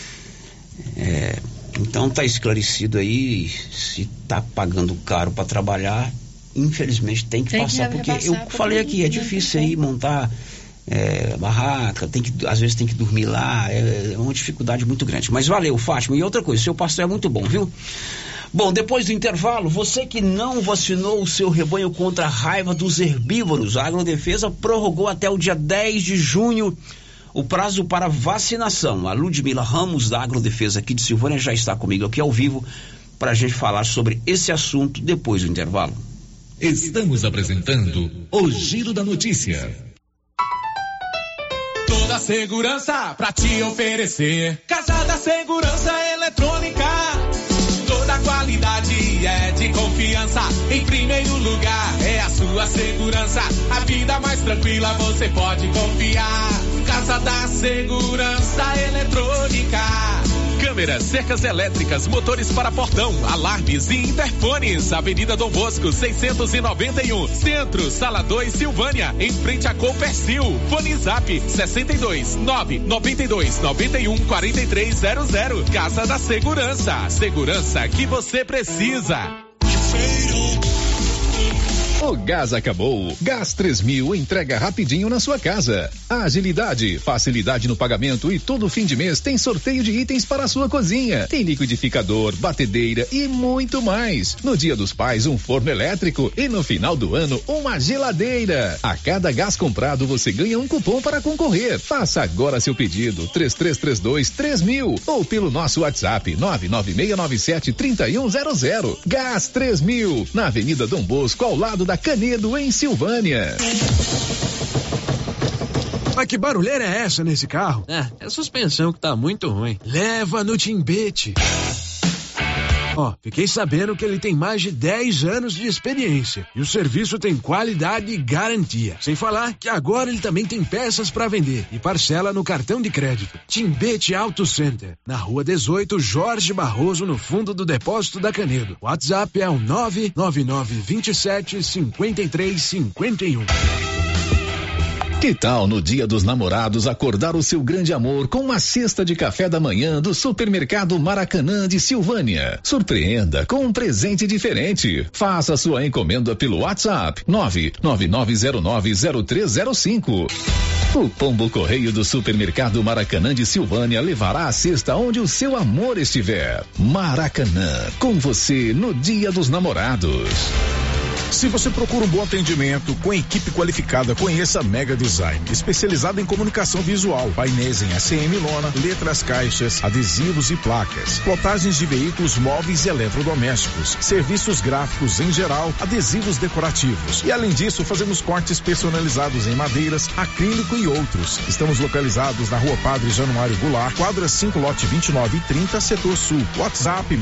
Então tá esclarecido aí, se tá pagando caro para trabalhar, infelizmente tem que passar, porque eu falei aqui, é difícil aí montar barraca, às vezes tem que dormir lá, é uma dificuldade muito grande. Mas valeu, Fátima. E outra coisa, seu pastel é muito bom, viu? Bom, depois do intervalo, você que não vacinou o seu rebanho contra a raiva dos herbívoros, a Agrodefesa prorrogou até o dia 10 de junho o prazo para vacinação. A Ludmila Ramos, da Agrodefesa aqui de Silvânia, já está comigo aqui ao vivo para a gente falar sobre esse assunto depois do intervalo. Estamos apresentando o Giro da Notícia. Toda a segurança pra te oferecer. Casa da Segurança Eletrônica. Toda a qualidade é de confiança. Em primeiro lugar é a sua segurança. A vida mais tranquila você pode confiar. Casa da Segurança Eletrônica. Câmeras, cercas elétricas, motores para portão, alarmes e interfones. Avenida Dom Bosco, 691. Centro, Sala 2, Silvânia, em frente a Copercil. Fone Zap 62 992 91 4300. Casa da Segurança. Segurança que você precisa. O gás acabou. Gás 3000 entrega rapidinho na sua casa. Agilidade, facilidade no pagamento e todo fim de mês tem sorteio de itens para a sua cozinha. Tem liquidificador, batedeira e muito mais. No Dia dos Pais, um forno elétrico e no final do ano, uma geladeira. A cada gás comprado, você ganha um cupom para concorrer. Faça agora seu pedido, 3332-3000 ou pelo nosso WhatsApp, 99697-3100. Gás 3000, na Avenida Dom Bosco, ao lado da Canedo, em Silvânia. Mas que barulheira é essa nesse carro? É a suspensão que tá muito ruim. Leva no Timbete. Fiquei sabendo que ele tem mais de 10 anos de experiência e o serviço tem qualidade e garantia. Sem falar que agora ele também tem peças para vender e parcela no cartão de crédito. Timbete Auto Center, na Rua 18, Jorge Barroso, no fundo do depósito da Canedo. O WhatsApp é o 99927-5351. Que tal no Dia dos Namorados acordar o seu grande amor com uma cesta de café da manhã do Supermercado Maracanã de Silvânia? Surpreenda com um presente diferente. Faça sua encomenda pelo WhatsApp 999090305. O pombo correio do Supermercado Maracanã de Silvânia levará a cesta onde o seu amor estiver. Maracanã, com você no Dia dos Namorados. Se você procura um bom atendimento com equipe qualificada, conheça a Mega Design, especializada em comunicação visual, painéis em ACM lona, letras caixas, adesivos e placas, plotagens de veículos móveis e eletrodomésticos, serviços gráficos em geral, adesivos decorativos. E além disso, fazemos cortes personalizados em madeiras, acrílico e outros. Estamos localizados na Rua Padre Januário Goulart, quadra 5, lote 29 e 30, setor sul. WhatsApp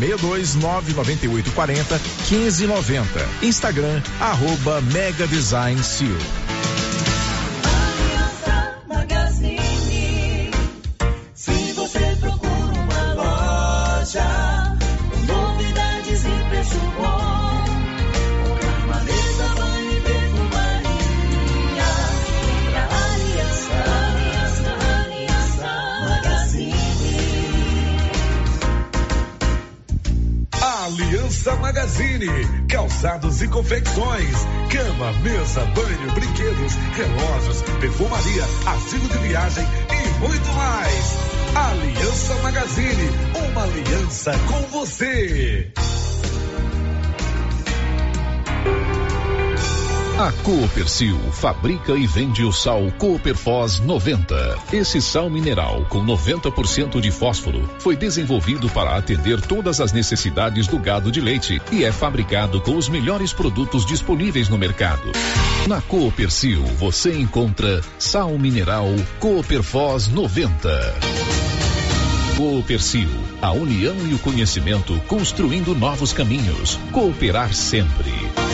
62998401590. Instagram @Mega Design Sil. Se você procura uma loja, novidades e preço bom, uma mesa, banho e perfumaria, pra Aliança Magazine. Aliança Magazine, calçados e confecções, cama, mesa, banho, brinquedos, relógios, perfumaria, asilo de viagem e muito mais. Aliança Magazine, uma aliança com você. A Coopercil fabrica e vende o sal Cooperfos 90. Esse sal mineral com 90% de fósforo foi desenvolvido para atender todas as necessidades do gado de leite e é fabricado com os melhores produtos disponíveis no mercado. Na Coopercil você encontra sal mineral Cooperfos 90. Coopercil, a união e o conhecimento construindo novos caminhos. Cooperar sempre.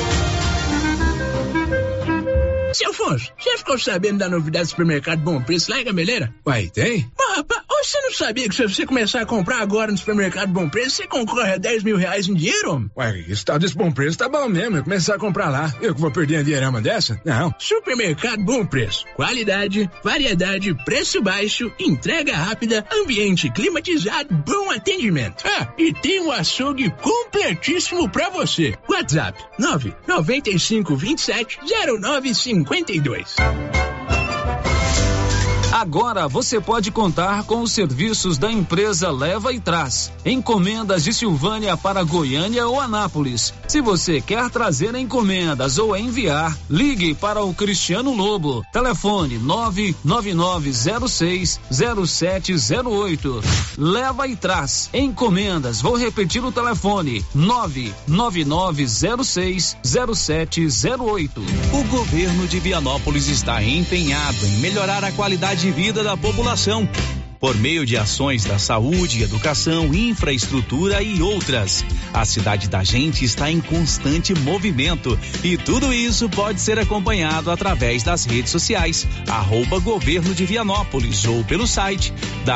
Seu Afonso, você ficou sabendo da novidade do supermercado Bom Preço lá em Gameleira? Uai, tem? Mas, rapaz, você não sabia que se você começar a comprar agora no supermercado Bom Preço, você concorre a 10 mil reais em dinheiro, homem? Uai, esse tal desse Bom Preço tá bom mesmo, eu começar a comprar lá. Eu que vou perder a dinheirama dessa? Não. Supermercado Bom Preço. Qualidade, variedade, preço baixo, entrega rápida, ambiente climatizado, bom atendimento. Ah, e tem um açougue completíssimo pra você. WhatsApp 995270952. Agora você pode contar com os serviços da empresa Leva e Traz. Encomendas de Silvânia para Goiânia ou Anápolis. Se você quer trazer encomendas ou enviar, ligue para o Cristiano Lobo. Telefone 999060708. Leva e Traz. Encomendas. Vou repetir o telefone: 999060708. O governo de Vianópolis está empenhado em melhorar a qualidade de vida da população, por meio de ações da saúde, educação, infraestrutura e outras. A cidade da gente está em constante movimento e tudo isso pode ser acompanhado através das redes sociais, @Governo de Vianópolis ou pelo site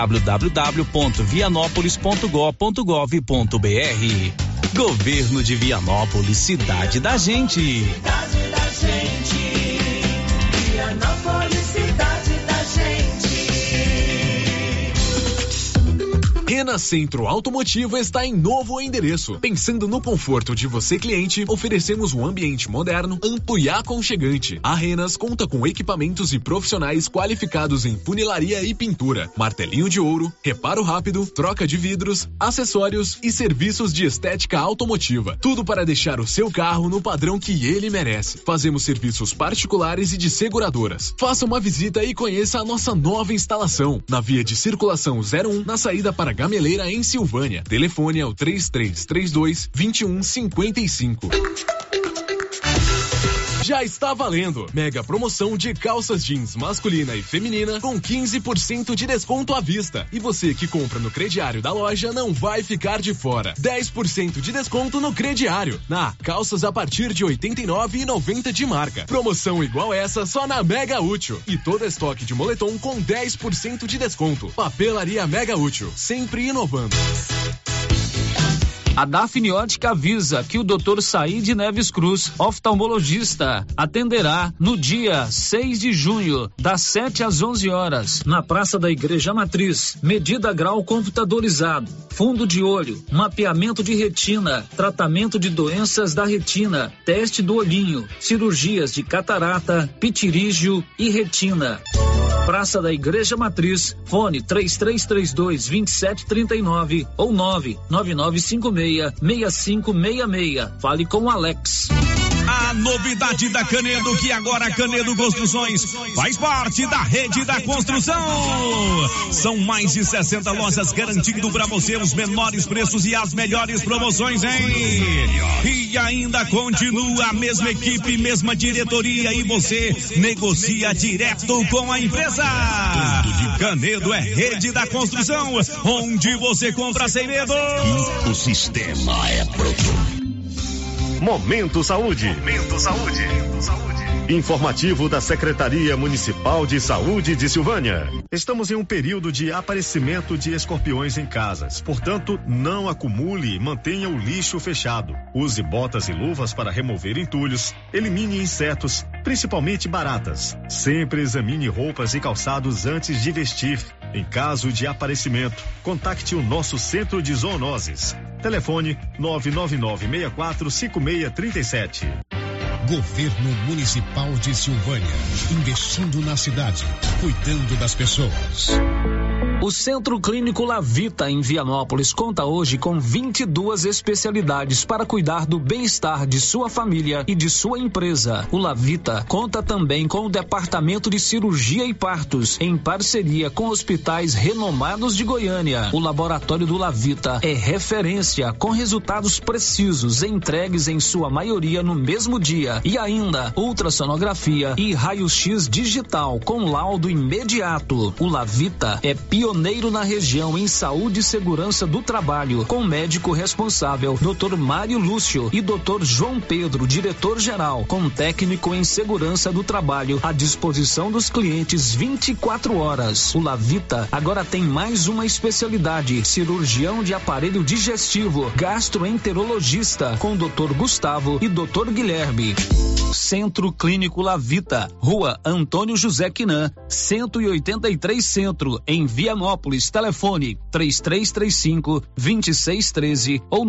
www.vianópolis.gov.br. Governo de Vianópolis, cidade da gente. Cidade da gente. Vianópolis, cidade da gente. Rena Centro Automotivo está em novo endereço. Pensando no conforto de você, cliente, oferecemos um ambiente moderno, amplo e aconchegante. A Renas conta com equipamentos e profissionais qualificados em funilaria e pintura, martelinho de ouro, reparo rápido, troca de vidros, acessórios e serviços de estética automotiva. Tudo para deixar o seu carro no padrão que ele merece. Fazemos serviços particulares e de seguradoras. Faça uma visita e conheça a nossa nova instalação na via de circulação 01, na saída para Gameleira, em Silvânia. Telefone é o 3332-2155. Já está valendo. Mega promoção de calças jeans masculina e feminina com 15% de desconto à vista. E você que compra no crediário da loja não vai ficar de fora. 10% de desconto no crediário. Calças a partir de R$ 89,90 de marca. Promoção igual essa só na Mega Útil. E todo estoque de moletom com 10% de desconto. Papelaria Mega Útil, sempre inovando. A Dafne Ótica avisa que o Dr. Saíde Neves Cruz, oftalmologista, atenderá no dia 6 de junho, das 7 às 11 horas, na Praça da Igreja Matriz. Medida grau computadorizado, fundo de olho, mapeamento de retina, tratamento de doenças da retina, teste do olhinho, cirurgias de catarata, pitirígio e retina. Praça da Igreja Matriz, fone 3332-2739 ou 99956-6566. Fale com o Alex. A novidade da Canedo, que agora a Canedo Construções faz parte da rede da construção. São mais de 60 lojas garantindo para você os menores preços e as melhores promoções, hein? E ainda continua a mesma equipe, mesma diretoria e você negocia direto com a empresa. Canedo é rede da construção, onde você compra sem medo. O sistema é pronto. Momento Saúde. Informativo da Secretaria Municipal de Saúde de Silvânia. Estamos em um período de aparecimento de escorpiões em casas. Portanto, não acumule e mantenha o lixo fechado. Use botas e luvas para remover entulhos. Elimine insetos, principalmente baratas. Sempre examine roupas e calçados antes de vestir. Em caso de aparecimento, contacte o nosso centro de zoonoses. Telefone 999645637. Governo Municipal de Silvânia, investindo na cidade, cuidando das pessoas. O Centro Clínico Lavita, em Vianópolis, conta hoje com 22 especialidades para cuidar do bem-estar de sua família e de sua empresa. O Lavita conta também com o Departamento de Cirurgia e Partos, em parceria com hospitais renomados de Goiânia. O laboratório do Lavita é referência, com resultados precisos entregues em sua maioria no mesmo dia. E ainda, ultrassonografia e raio-x digital com laudo imediato. O Lavita é pioneiro na região em saúde e segurança do trabalho, com médico responsável Dr. Mário Lúcio e Dr. João Pedro, diretor-geral, com técnico em segurança do trabalho à disposição dos clientes 24 horas. O Lavita agora tem mais uma especialidade: cirurgião de aparelho digestivo, gastroenterologista, com Dr. Gustavo e Dr. Guilherme. Centro Clínico Lavita, Rua Antônio José Quinan, 183 Centro, em Vianópolis. Telefone 3335-2613 ou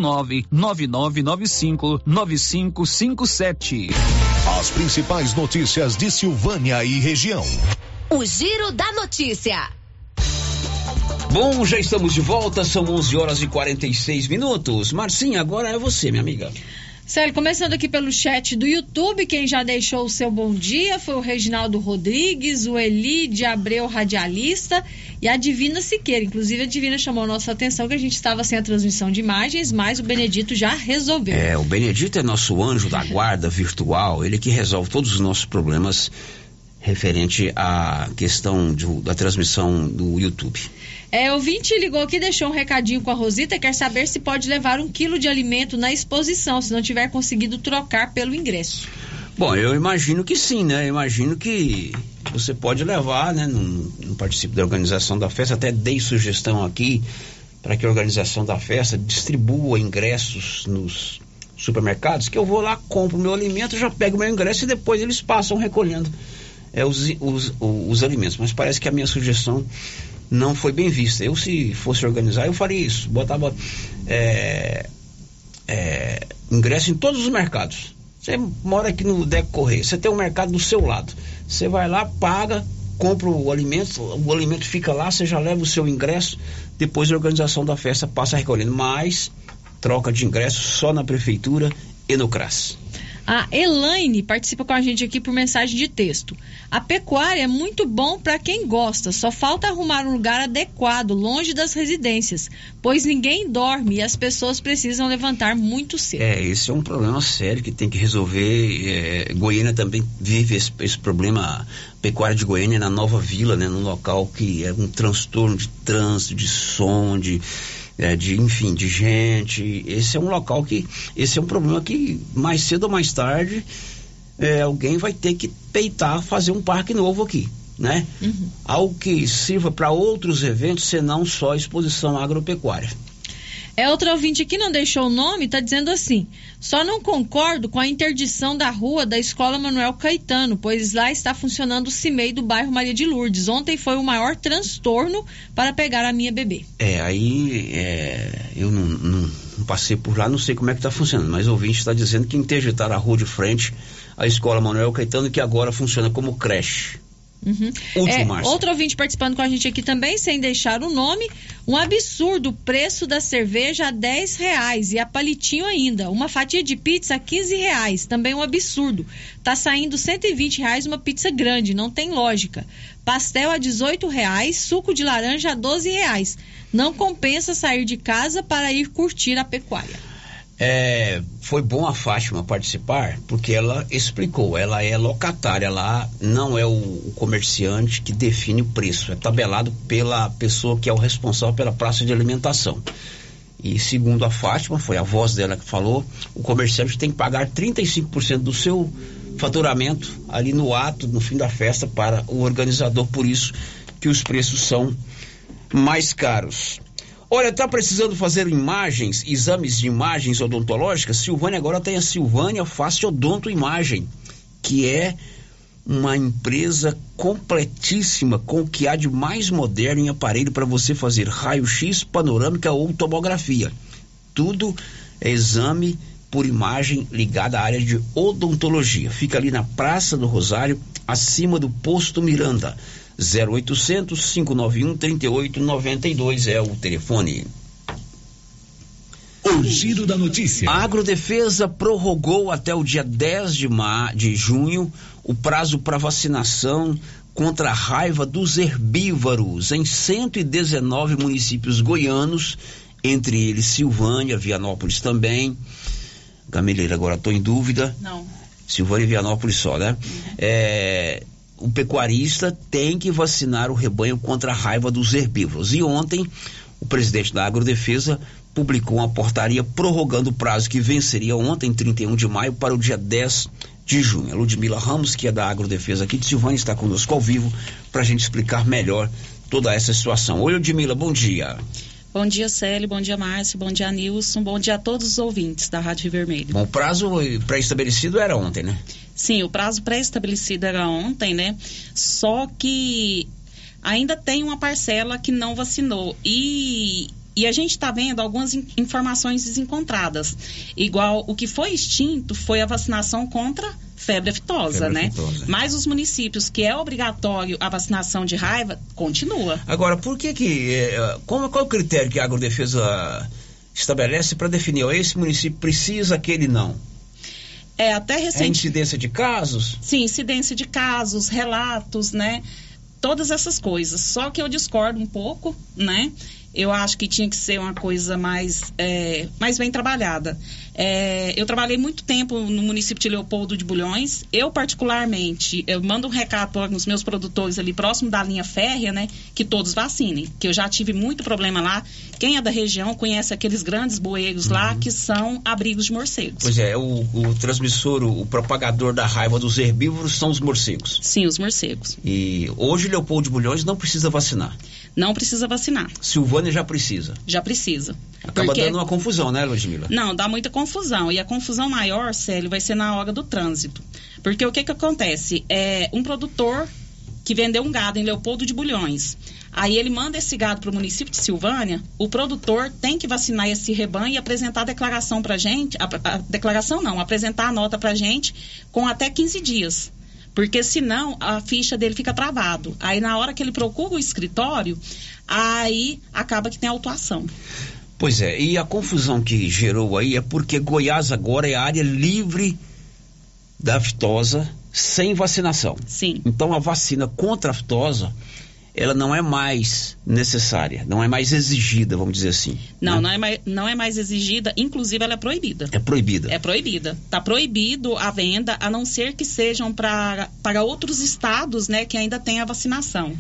99995-9557. As principais notícias de Silvânia e região. O Giro da Notícia. Bom, já estamos de volta, são 11h46. Marcinha, agora é você, minha amiga. Célio, começando aqui pelo chat do YouTube, quem já deixou o seu bom dia foi o Reginaldo Rodrigues, o Eli de Abreu, radialista, e a Divina Siqueira. Inclusive, a Divina chamou a nossa atenção que a gente estava sem a transmissão de imagens, mas o Benedito já resolveu. O Benedito é nosso anjo da guarda virtual, ele que resolve todos os nossos problemas referente à questão da transmissão do YouTube. O ouvinte ligou aqui, deixou um recadinho com a Rosita, quer saber se pode levar 1 quilo de alimento na exposição, se não tiver conseguido trocar pelo ingresso. Bom, eu imagino que sim, né? Eu imagino que você pode levar, né? Não participo da organização da festa, até dei sugestão aqui para que a organização da festa distribua ingressos nos supermercados, que eu vou lá, compro o meu alimento, já pego o meu ingresso e depois eles passam recolhendo os alimentos. Mas parece que a minha sugestão não foi bem vista. Eu, se fosse organizar, eu faria isso. Botava ingresso em todos os mercados. Você mora aqui no Deco Correia, você tem um mercado do seu lado. Você vai lá, paga, compra o alimento fica lá, você já leva o seu ingresso, depois a organização da festa passa recolhendo. Mas troca de ingresso só na prefeitura e no CRAS. A Elaine participa com a gente aqui por mensagem de texto. A pecuária é muito bom para quem gosta, só falta arrumar um lugar adequado, longe das residências, pois ninguém dorme e as pessoas precisam levantar muito cedo. Esse é um problema sério que tem que resolver. Goiânia também vive esse problema. A pecuária de Goiânia na Nova Vila, né, num local que é um transtorno de trânsito, de som, de gente. Esse é um local esse é um problema que mais cedo ou mais tarde alguém vai ter que peitar, fazer um parque novo aqui, né? Uhum. Algo que sirva para outros eventos, senão só exposição agropecuária. Outro ouvinte aqui não deixou o nome, está dizendo assim: só não concordo com a interdição da rua da Escola Manuel Caetano, pois lá está funcionando o CIMEI do bairro Maria de Lourdes. Ontem foi o maior transtorno para pegar a minha bebê. Eu não passei por lá, não sei como é que está funcionando, mas o ouvinte está dizendo que interditaram a rua de frente à Escola Manuel Caetano, que agora funciona como creche. Uhum. Outro ouvinte participando com a gente aqui também, sem deixar o nome: um absurdo o preço da cerveja a R$10 e a palitinho ainda, uma fatia de pizza a R$15, também um absurdo. Tá saindo R$120 uma pizza grande, não tem lógica. Pastel a R$18, suco de laranja a R$12. Não compensa sair de casa para ir curtir a pecuária. Foi bom a Fátima participar, porque ela explicou, ela é locatária lá, não é o comerciante que define o preço, é tabelado pela pessoa que é o responsável pela praça de alimentação. E segundo a Fátima, foi a voz dela que falou, o comerciante tem que pagar 35% do seu faturamento ali no ato, no fim da festa, para o organizador, por isso que os preços são mais caros. Olha, tá precisando fazer exames de imagens odontológicas? Silvânia agora tem a Silvânia Face Odonto Imagem, que é uma empresa completíssima com o que há de mais moderno em aparelho para você fazer raio-x, panorâmica ou tomografia. Tudo é exame por imagem ligada à área de odontologia. Fica ali na Praça do Rosário, acima do Posto Miranda. 0800 591 3892 é o telefone. O Giro da Notícia. A Agrodefesa prorrogou até o dia 10 de junho o prazo para vacinação contra a raiva dos herbívoros em 119 municípios goianos, entre eles Silvânia, Vianópolis também. Gameleira, agora estou em dúvida. Não. Silvânia e Vianópolis só, né? O pecuarista tem que vacinar o rebanho contra a raiva dos herbívoros. E ontem, o presidente da Agrodefesa publicou uma portaria prorrogando o prazo que venceria ontem, 31 de maio, para o dia 10 de junho. A Ludmila Ramos, que é da Agrodefesa aqui de Silvânia, está conosco ao vivo para a gente explicar melhor toda essa situação. Oi, Ludmila, bom dia. Bom dia, Célio, bom dia, Márcio, bom dia, Nilson, bom dia a todos os ouvintes da Rádio Rio Vermelho. Bom, o prazo pré-estabelecido era ontem, né? Sim, o prazo pré-estabelecido era ontem, né? Só que ainda tem uma parcela que não vacinou e a gente está vendo algumas informações desencontradas. Igual o que foi extinto foi a vacinação contra febre aftosa, né? Mas os municípios que é obrigatório a vacinação de raiva, continua. Agora, por que qual é o critério que a Agrodefesa estabelece para definir, esse município precisa, aquele não? Até recente... É incidência de casos? Sim, incidência de casos, relatos, né? Todas essas coisas. Só que eu discordo um pouco, né? Eu acho que tinha que ser uma coisa mais bem trabalhada. Eu trabalhei muito tempo no município de Leopoldo de Bulhões. Eu, particularmente, mando um recado para os meus produtores ali próximo da linha férrea, né? Que todos vacinem. Que eu já tive muito problema lá. Quem é da região conhece aqueles grandes bueiros lá que são abrigos de morcegos. Pois é, o transmissor, o propagador da raiva dos herbívoros são os morcegos. Sim, os morcegos. E hoje Leopoldo de Bulhões não precisa vacinar. Não precisa vacinar. Silvânia já precisa. Já precisa. Acaba dando uma confusão, né, Ludmila? Não, dá muita confusão. E a confusão maior, Célio, vai ser na hora do trânsito. Porque o que acontece? Um produtor que vendeu um gado em Leopoldo de Bulhões. Aí ele manda esse gado para o município de Silvânia, o produtor tem que vacinar esse rebanho e apresentar a declaração para a gente, apresentar a nota para a gente com até 15 dias. Porque senão a ficha dele fica travado. Aí na hora que ele procura o escritório, aí acaba que tem autuação. Pois é, e a confusão que gerou aí é porque Goiás agora é área livre da aftosa sem vacinação. Sim. Então a vacina contra a aftosa, ela não é mais necessária, não é mais exigida, vamos dizer assim. Não, né? não é mais exigida, inclusive ela é proibida. É proibida? É proibida. Está proibido a venda, a não ser que sejam para outros estados, né, que ainda tem a vacinação.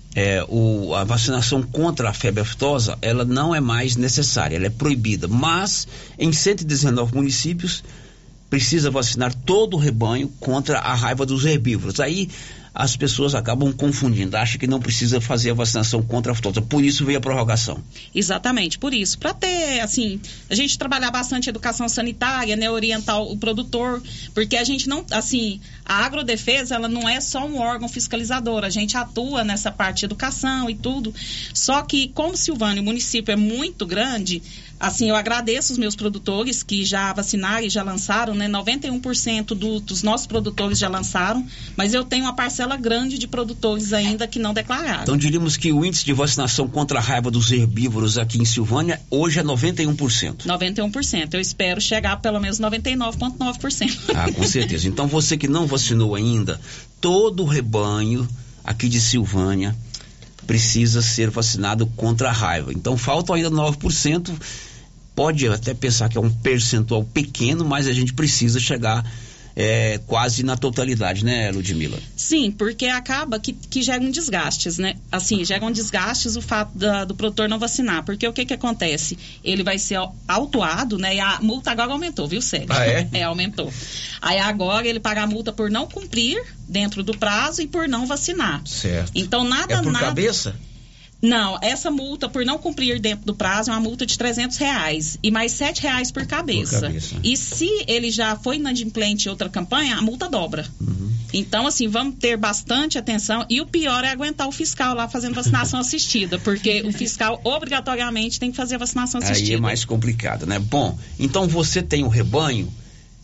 A vacinação contra a febre aftosa, ela não é mais necessária, ela é proibida. Mas em 119 municípios precisa vacinar todo o rebanho contra a raiva dos herbívoros. Aí as pessoas acabam confundindo, acham que não precisa fazer a vacinação contra a aftosa. Por isso veio a prorrogação. Exatamente, por isso. Para ter, assim, a gente trabalhar bastante educação sanitária, né, orientar o produtor, porque a gente não, assim, a Agrodefesa, ela não é só um órgão fiscalizador, a gente atua nessa parte de educação e tudo. Só que, como Silvânia, o município é muito grande, assim, eu agradeço os meus produtores que já vacinaram e já lançaram, né? 91% dos nossos produtores já lançaram, mas eu tenho uma parcela grande de produtores ainda que não declararam. Então diríamos que o índice de vacinação contra a raiva dos herbívoros aqui em Silvânia hoje é 91%. 91%. Eu espero chegar a pelo menos 99,9%. Ah, com certeza. Então você que não vacinou ainda, todo o rebanho aqui de Silvânia precisa ser vacinado contra a raiva. Então faltam ainda 9%. Pode até pensar que é um percentual pequeno, mas a gente precisa chegar quase na totalidade, né, Ludmila? Sim, porque acaba que geram desgastes, né? Assim, geram desgastes o fato do produtor não vacinar, porque o que acontece? Ele vai ser autuado, né? E a multa agora aumentou, viu, Sérgio? Ah, é? Aumentou. Aí agora ele paga a multa por não cumprir dentro do prazo e por não vacinar. Certo. Então nada... É por cabeça? Não, essa multa por não cumprir dentro do prazo é uma multa de R$300 e mais R$7 por cabeça. E se ele já foi inadimplente em outra campanha, a multa dobra. Uhum. Então, assim, vamos ter bastante atenção e o pior é aguentar o fiscal lá fazendo vacinação assistida, porque o fiscal obrigatoriamente tem que fazer a vacinação assistida. Aí é mais complicado, né? Bom, então você tem o rebanho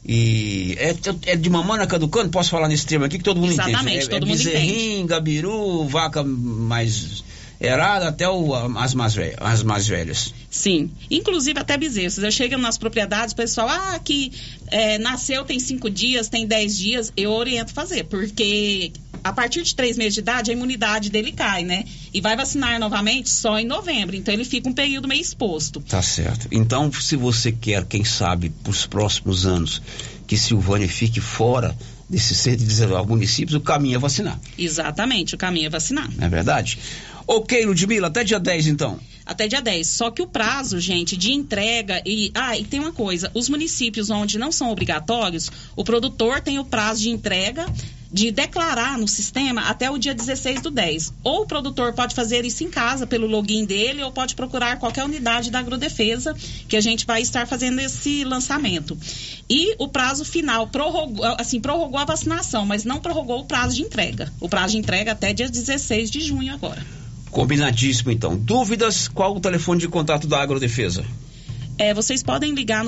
E é de mamona caducando, posso falar nesse termo aqui que todo mundo entende. Exatamente, todo mundo bezerrinho, gabiru, vaca mais errada, até as mais velhas. Sim, inclusive até bezerros. Eu chego nas propriedades, o pessoal, que nasceu tem 5 dias, tem 10 dias, eu oriento fazer, porque a partir de 3 meses de idade, a imunidade dele cai, né? E vai vacinar novamente só em novembro, então ele fica um período meio exposto. Tá certo. Então, se você quer, quem sabe, para os próximos anos, que Silvânia fique fora desses 119 municípios, o caminho é vacinar. Exatamente, o caminho é vacinar. É verdade? Ok, Ludmila, até dia 10 então. Até dia 10. Só que o prazo, gente, de entrega e tem uma coisa, os municípios onde não são obrigatórios, o produtor tem o prazo de entrega de declarar no sistema até o dia 16/10. Ou o produtor pode fazer isso em casa pelo login dele, ou pode procurar qualquer unidade da Agrodefesa que a gente vai estar fazendo esse lançamento. E o prazo final prorrogou a vacinação, mas não prorrogou o prazo de entrega. O prazo de entrega até dia 16 de junho agora. Combinadíssimo, então. Dúvidas? Qual o telefone de contato da Agrodefesa? Vocês podem ligar no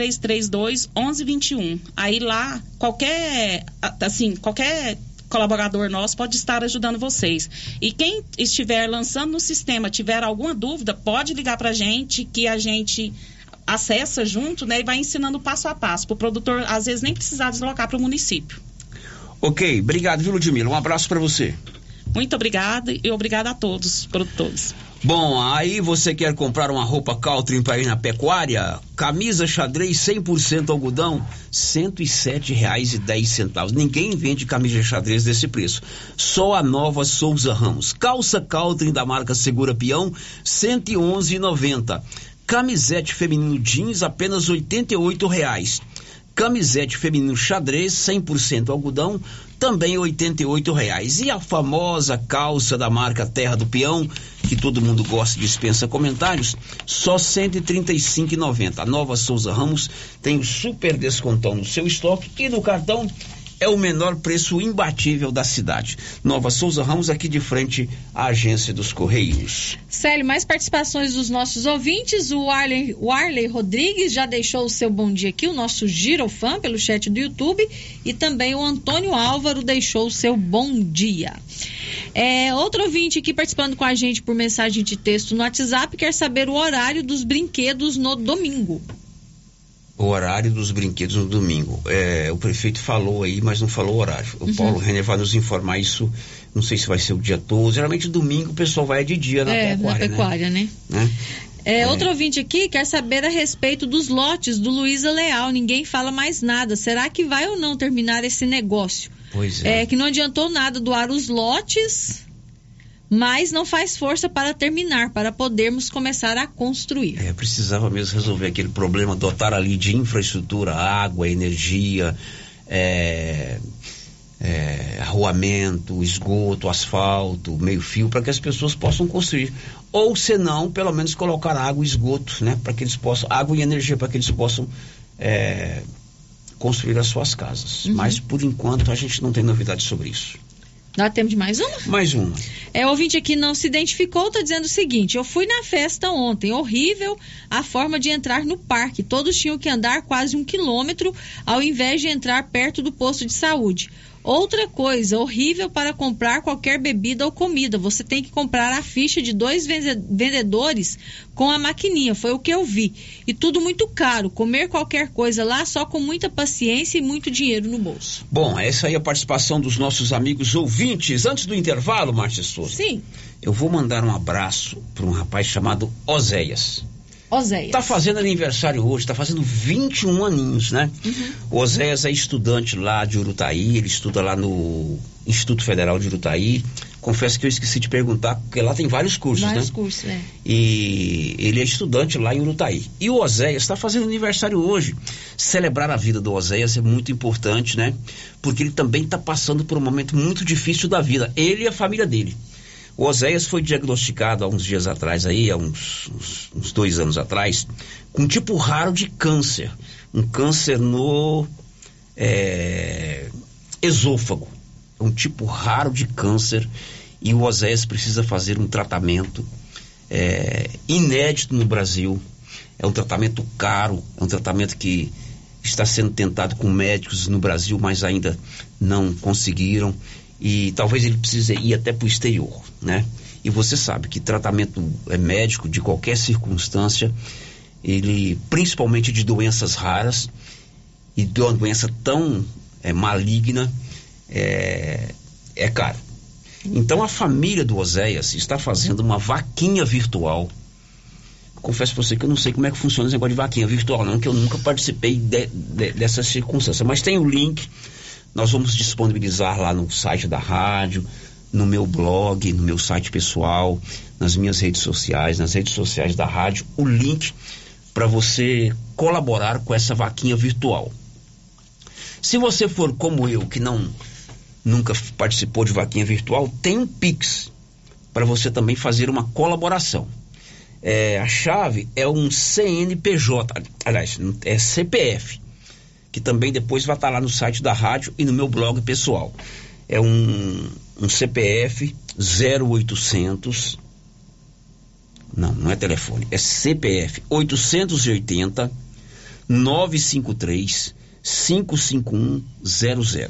3332-1121. Aí lá, qualquer colaborador nosso pode estar ajudando vocês. E quem estiver lançando no sistema, tiver alguma dúvida, pode ligar pra gente, que a gente acessa junto, né? E vai ensinando passo a passo, para o produtor, às vezes, nem precisar deslocar para o município. Ok, obrigado, viu, Ludmila? Um abraço para você. Muito obrigada e obrigada a todos os produtores. Bom, aí você quer comprar uma roupa Caltrim para ir na pecuária? Camisa xadrez 100% algodão, R$ 107,10. Ninguém vende camisa xadrez desse preço. Só a Nova Souza Ramos. Calça Caltrim da marca Segura Peão, R$ 111,90. Camisete feminino jeans, apenas R$ 88,00. Camisete feminino xadrez 100% algodão, também R$ 88,00. E a famosa calça da marca Terra do Peão, que todo mundo gosta e dispensa comentários, só R$ 135,90. A Nova Souza Ramos tem o super descontão no seu estoque e no cartão é o menor preço imbatível da cidade. Nova Souza Ramos, aqui de frente à agência dos Correios. Célio, mais participações dos nossos ouvintes. O Arley Rodrigues já deixou o seu bom dia aqui, o nosso Girofã pelo chat do YouTube, e também o Antônio Álvaro deixou o seu bom dia. Outro ouvinte aqui participando com a gente por mensagem de texto no WhatsApp quer saber o horário dos brinquedos no domingo. O horário dos brinquedos no domingo. O prefeito falou aí, mas não falou o horário. O Paulo Renner vai nos informar isso. Não sei se vai ser o dia todo. Geralmente domingo o pessoal vai de dia na pecuária, né? Outro ouvinte aqui quer saber a respeito dos lotes do Luiza Leal. Ninguém fala mais nada. Será que vai ou não terminar esse negócio? Pois é. Que não adiantou nada doar os lotes, mas não faz força para terminar, para podermos começar a construir. Precisava mesmo resolver aquele problema, dotar ali de infraestrutura, água, energia, arruamento, esgoto, asfalto, meio-fio, para que as pessoas possam construir. Ou, se não, pelo menos colocar água e esgoto, né? Para que eles possam, água e energia, para que eles possam construir as suas casas. Mas, por enquanto, a gente não tem novidades sobre isso. Dá tempo de mais uma? Mais uma. O ouvinte aqui não se identificou, está dizendo o seguinte: eu fui na festa ontem, horrível a forma de entrar no parque. Todos tinham que andar quase 1 quilômetro ao invés de entrar perto do posto de saúde. Outra coisa, horrível para comprar qualquer bebida ou comida. Você tem que comprar a ficha de 2 vendedores com a maquininha, foi o que eu vi. E tudo muito caro. Comer qualquer coisa lá só com muita paciência e muito dinheiro no bolso. Bom, essa aí é a participação dos nossos amigos ouvintes. Antes do intervalo, Márcia Souza. Sim. Eu vou mandar um abraço para um rapaz chamado Oséias. Tá fazendo aniversário hoje, tá fazendo 21 aninhos, né? O Oséias é estudante lá de Urutaí, ele estuda lá no Instituto Federal de Urutaí. Confesso que eu esqueci de perguntar, porque lá tem vários cursos, Vários cursos, né? E ele é estudante lá em Urutaí. E o Oséias está fazendo aniversário hoje. Celebrar a vida do Oséias é muito importante, né? Porque ele também está passando por um momento muito difícil da vida, ele e a família dele. O Oséias foi diagnosticado há uns dias atrás, há uns 2 anos atrás, com um tipo raro de câncer. Um câncer no esôfago. Um tipo raro de câncer. E o Oséias precisa fazer um tratamento inédito no Brasil. É um tratamento caro, é um tratamento que está sendo tentado com médicos no Brasil, mas ainda não conseguiram, e talvez ele precise ir até para o exterior, né? E você sabe que tratamento médico de qualquer circunstância, ele, principalmente de doenças raras e de uma doença tão maligna, é caro. Então a família do Oséias está fazendo uma vaquinha virtual. Confesso para você que eu não sei como é que funciona esse negócio de vaquinha virtual, não, que eu nunca participei dessa circunstância. Mas tem o link, nós vamos disponibilizar lá no site da rádio, no meu blog, no meu site pessoal, nas minhas redes sociais, nas redes sociais da rádio, o link para você colaborar com essa vaquinha virtual. Se você for como eu, que nunca participou de vaquinha virtual, tem um Pix para você também fazer uma colaboração. A chave é um CNPJ, aliás, é CPF, que também depois vai estar lá no site da rádio e no meu blog pessoal. É um CPF 0800, não é telefone, é CPF 880 953 55100.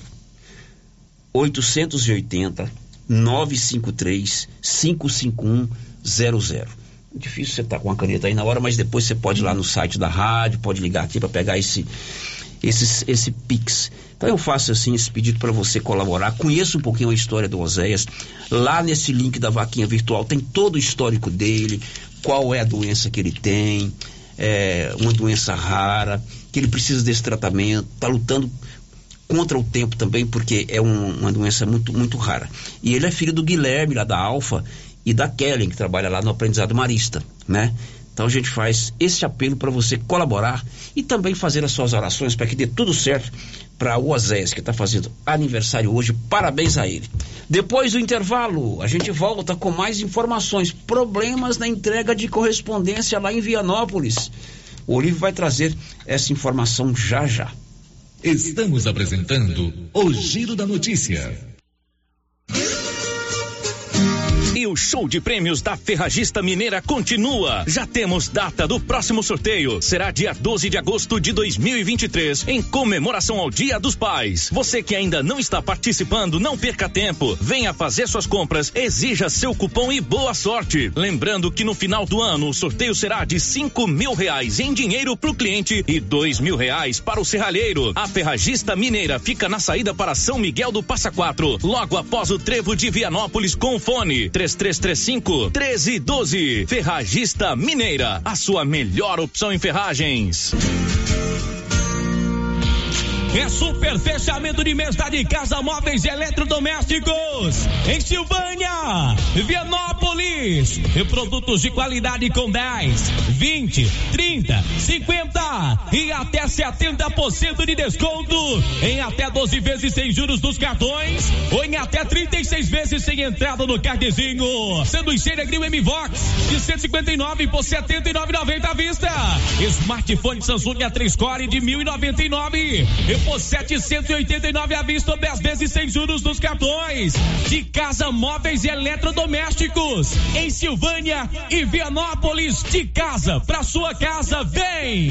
880 953 55100. Difícil você estar com a caneta aí na hora, mas depois você pode ir lá no site da rádio, pode ligar aqui para pegar esse Pix. Então eu faço assim esse pedido para você colaborar. Conheça um pouquinho a história do Oséias. Lá nesse link da vaquinha virtual tem todo o histórico dele, qual é a doença que ele tem, uma doença rara, que ele precisa desse tratamento, está lutando contra o tempo também, porque é uma doença muito, muito rara. E ele é filho do Guilherme, lá da Alfa, e da Kellen, que trabalha lá no Aprendizado Marista, né? Então a gente faz esse apelo para você colaborar e também fazer as suas orações para que dê tudo certo para o Oséias, que está fazendo aniversário hoje. Parabéns a ele. Depois do intervalo, a gente volta com mais informações. Problemas na entrega de correspondência lá em Vianópolis. O Olívio vai trazer essa informação já já. Estamos apresentando o Giro da Notícia. E o show de prêmios da Ferragista Mineira continua. Já temos data do próximo sorteio. Será dia 12 de agosto de 2023, em comemoração ao Dia dos Pais. Você que ainda não está participando, não perca tempo. Venha fazer suas compras, exija seu cupom e boa sorte. Lembrando que no final do ano o sorteio será de R$5.000 em dinheiro para o cliente e R$2.000 para o serralheiro. A Ferragista Mineira fica na saída para São Miguel do Passa Quatro, logo após o trevo de Vianópolis, com fone 3335-1312. Ferragista Mineira, a sua melhor opção em ferragens. É super fechamento de mês da de Casa Móveis e Eletrodomésticos em Silvânia, Vianópolis. E produtos de qualidade com 10, 20, 30, 50 e até 70% de desconto em até 12 vezes sem juros dos cartões ou em até 36 vezes sem entrada no cardezinho. Sanduicheira Grill M-Vox de 159 por 79,90 à vista. Smartphone Samsung A3 Core de 1.099 por 789 à vista, 10 vezes sem juros nos cartões. De Casa Móveis e Eletrodomésticos em Silvânia e Vianópolis. De casa pra sua casa, vem!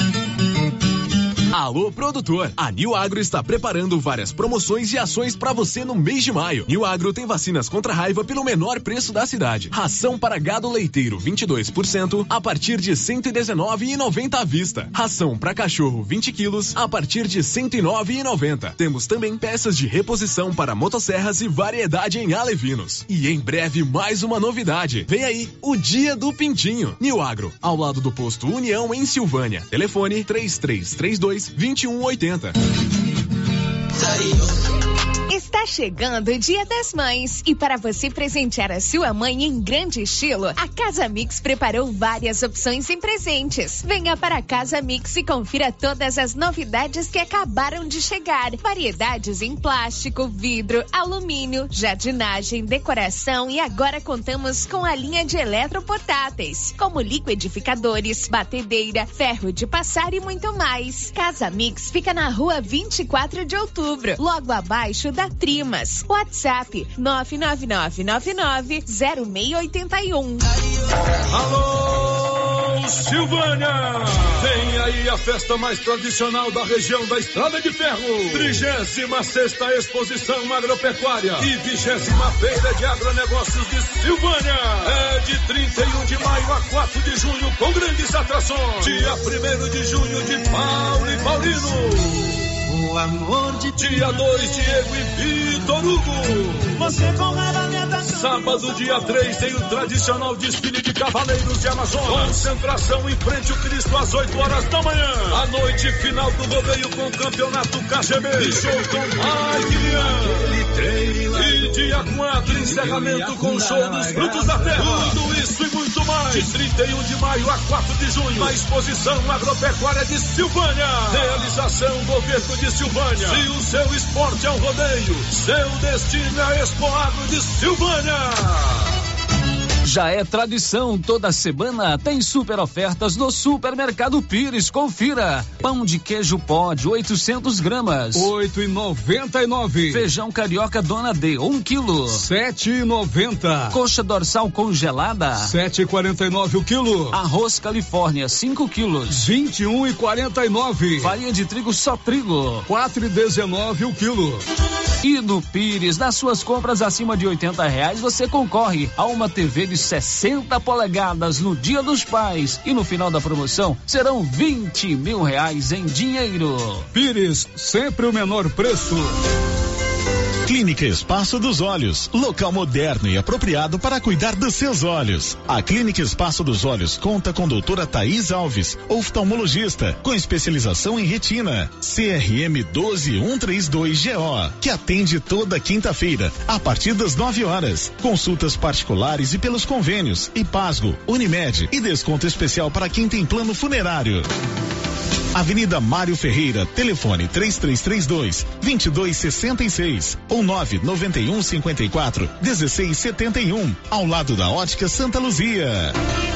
Alô, produtor! A New Agro está preparando várias promoções e ações para você no mês de maio. New Agro tem vacinas contra a raiva pelo menor preço da cidade. Ração para gado leiteiro 22% a partir de R$ 119,90 à vista. Ração para cachorro 20 quilos a partir de R$ 109,90. Temos também peças de reposição para motosserras e variedade em alevinos. E em breve mais uma novidade. Vem aí, o Dia do Pintinho. New Agro, ao lado do posto União em Silvânia. Telefone 3332-2180. Está chegando o Dia das Mães e para você presentear a sua mãe em grande estilo, a Casa Mix preparou várias opções em presentes. Venha para a Casa Mix e confira todas as novidades que acabaram de chegar. Variedades em plástico, vidro, alumínio, jardinagem, decoração e agora contamos com a linha de eletroportáteis, como liquidificadores, batedeira, ferro de passar e muito mais. Casa Mix fica na rua 24 de outubro, logo abaixo da Trimas. WhatsApp 999990681. Alô, Silvânia. Vem aí a festa mais tradicional da região da Estrada de Ferro. 36ª Exposição Agropecuária e 20ª Feira de Agronegócios de Silvânia. É de 31 de maio a 4 de junho com grandes atrações. Dia 1º de junho de Paulo e Paulino. O amor de dia 2, Diego e Vitor Hugo. Você com raiva me atacou. Sábado, dia 3, tem o tradicional desfile de Cavaleiros de Amazonas. Concentração em frente ao Cristo às 8 horas da manhã. A noite final do rodeio com o campeonato KGB. E show com Mike. E dia 4, encerramento com o show dos Frutos da Terra. Tudo isso e muito mais. De 31 de maio a 4 de junho. Na Exposição Agropecuária de Silvânia. Realização Governo de Silvânia. Se o seu esporte é um rodeio, seu destino é a Expo Agro de Silvânia. Já é tradição, toda semana tem super ofertas no Supermercado Pires. Confira: pão de queijo Pod 800 gramas, 8,99. Feijão carioca Dona D 1 quilo, 7,90. Coxa dorsal congelada, 7,49 o quilo. Arroz Califórnia 5 quilos, 21,49. Farinha de trigo só trigo, 4,19 o quilo. E no Pires, nas suas compras acima de R$80, você concorre a uma TV de 60 polegadas no Dia dos Pais. E no final da promoção serão R$20 mil em dinheiro. Pires, sempre o menor preço. Clínica Espaço dos Olhos, local moderno e apropriado para cuidar dos seus olhos. A Clínica Espaço dos Olhos conta com doutora Thaís Alves, oftalmologista, com especialização em retina, CRM 12132GO, que atende toda quinta-feira, a partir das 9 horas. Consultas particulares e pelos convênios, Ipasgo, Unimed e desconto especial para quem tem plano funerário. Avenida Mário Ferreira, telefone 3332-2266 ou 99154-1671, ao lado da Ótica Santa Luzia.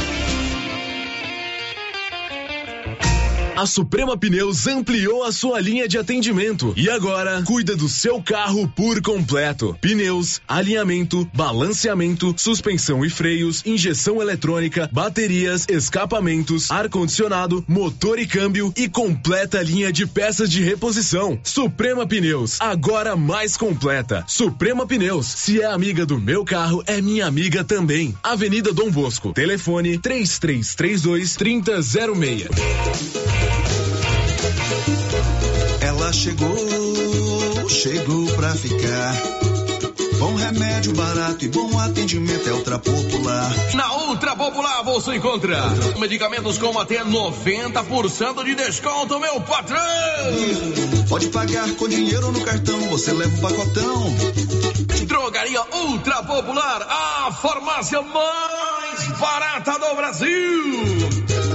A Suprema Pneus ampliou a sua linha de atendimento e agora cuida do seu carro por completo. Pneus, alinhamento, balanceamento, suspensão e freios, injeção eletrônica, baterias, escapamentos, ar-condicionado, motor e câmbio e completa linha de peças de reposição. Suprema Pneus, agora mais completa. Suprema Pneus, se é amiga do meu carro, é minha amiga também. Avenida Dom Bosco, telefone 3332-3006. Ela chegou pra ficar. Bom remédio, barato e bom atendimento é Ultra Popular. Na Ultra Popular você encontra medicamentos com até 90% de desconto, meu patrão. Pode pagar com dinheiro ou no cartão, você leva um pacotão. Drogaria Ultra Popular, a farmácia mais barata do Brasil.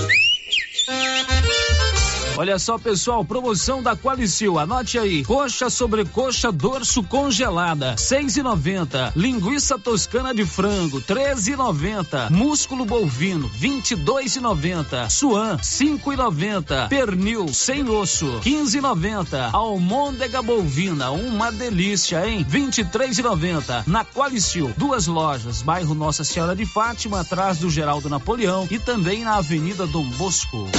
Olha só, pessoal, promoção da Qualicil, anote aí: coxa sobre coxa dorso congelada, 6,90. Linguiça toscana de frango, 13,90. Músculo bovino, 22,90. Suan, 5,90. Pernil sem osso, 15,90. Almôndega bovina, uma delícia, hein? 23,90. Na Qualicil, 2 lojas, bairro Nossa Senhora de Fátima, atrás do Geraldo Napoleão, e também na Avenida Dom Bosco.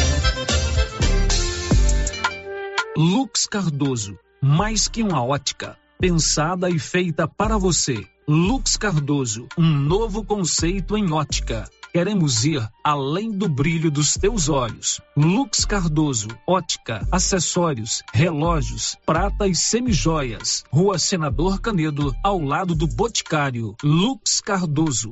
Lux Cardoso, mais que uma ótica, pensada e feita para você. Lux Cardoso, um novo conceito em ótica. Queremos ir além do brilho dos teus olhos. Lux Cardoso, ótica, acessórios, relógios, prata e semijoias. Rua Senador Canedo, ao lado do Boticário. Lux Cardoso.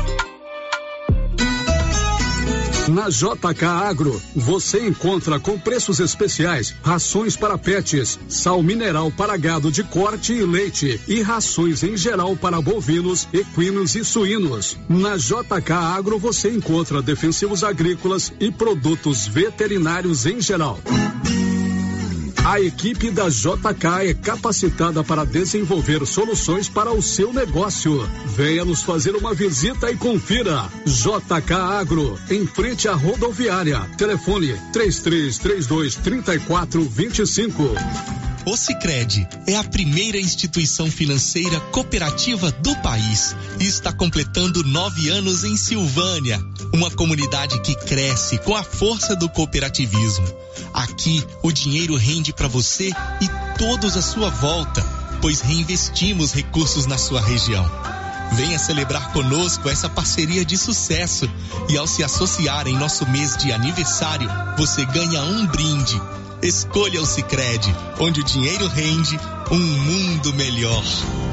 Na JK Agro, você encontra com preços especiais rações para pets, sal mineral para gado de corte e leite e rações em geral para bovinos, equinos e suínos. Na JK Agro você encontra defensivos agrícolas e produtos veterinários em geral. A equipe da JK é capacitada para desenvolver soluções para o seu negócio. Venha nos fazer uma visita e confira. JK Agro, em frente à rodoviária. Telefone 3332-3425. O Sicredi é a primeira instituição financeira cooperativa do país e está completando 9 anos em Silvânia, uma comunidade que cresce com a força do cooperativismo. Aqui, o dinheiro rende para você e todos à sua volta, pois reinvestimos recursos na sua região. Venha celebrar conosco essa parceria de sucesso e ao se associar em nosso mês de aniversário, você ganha um brinde. Escolha o Sicredi, onde o dinheiro rende um mundo melhor.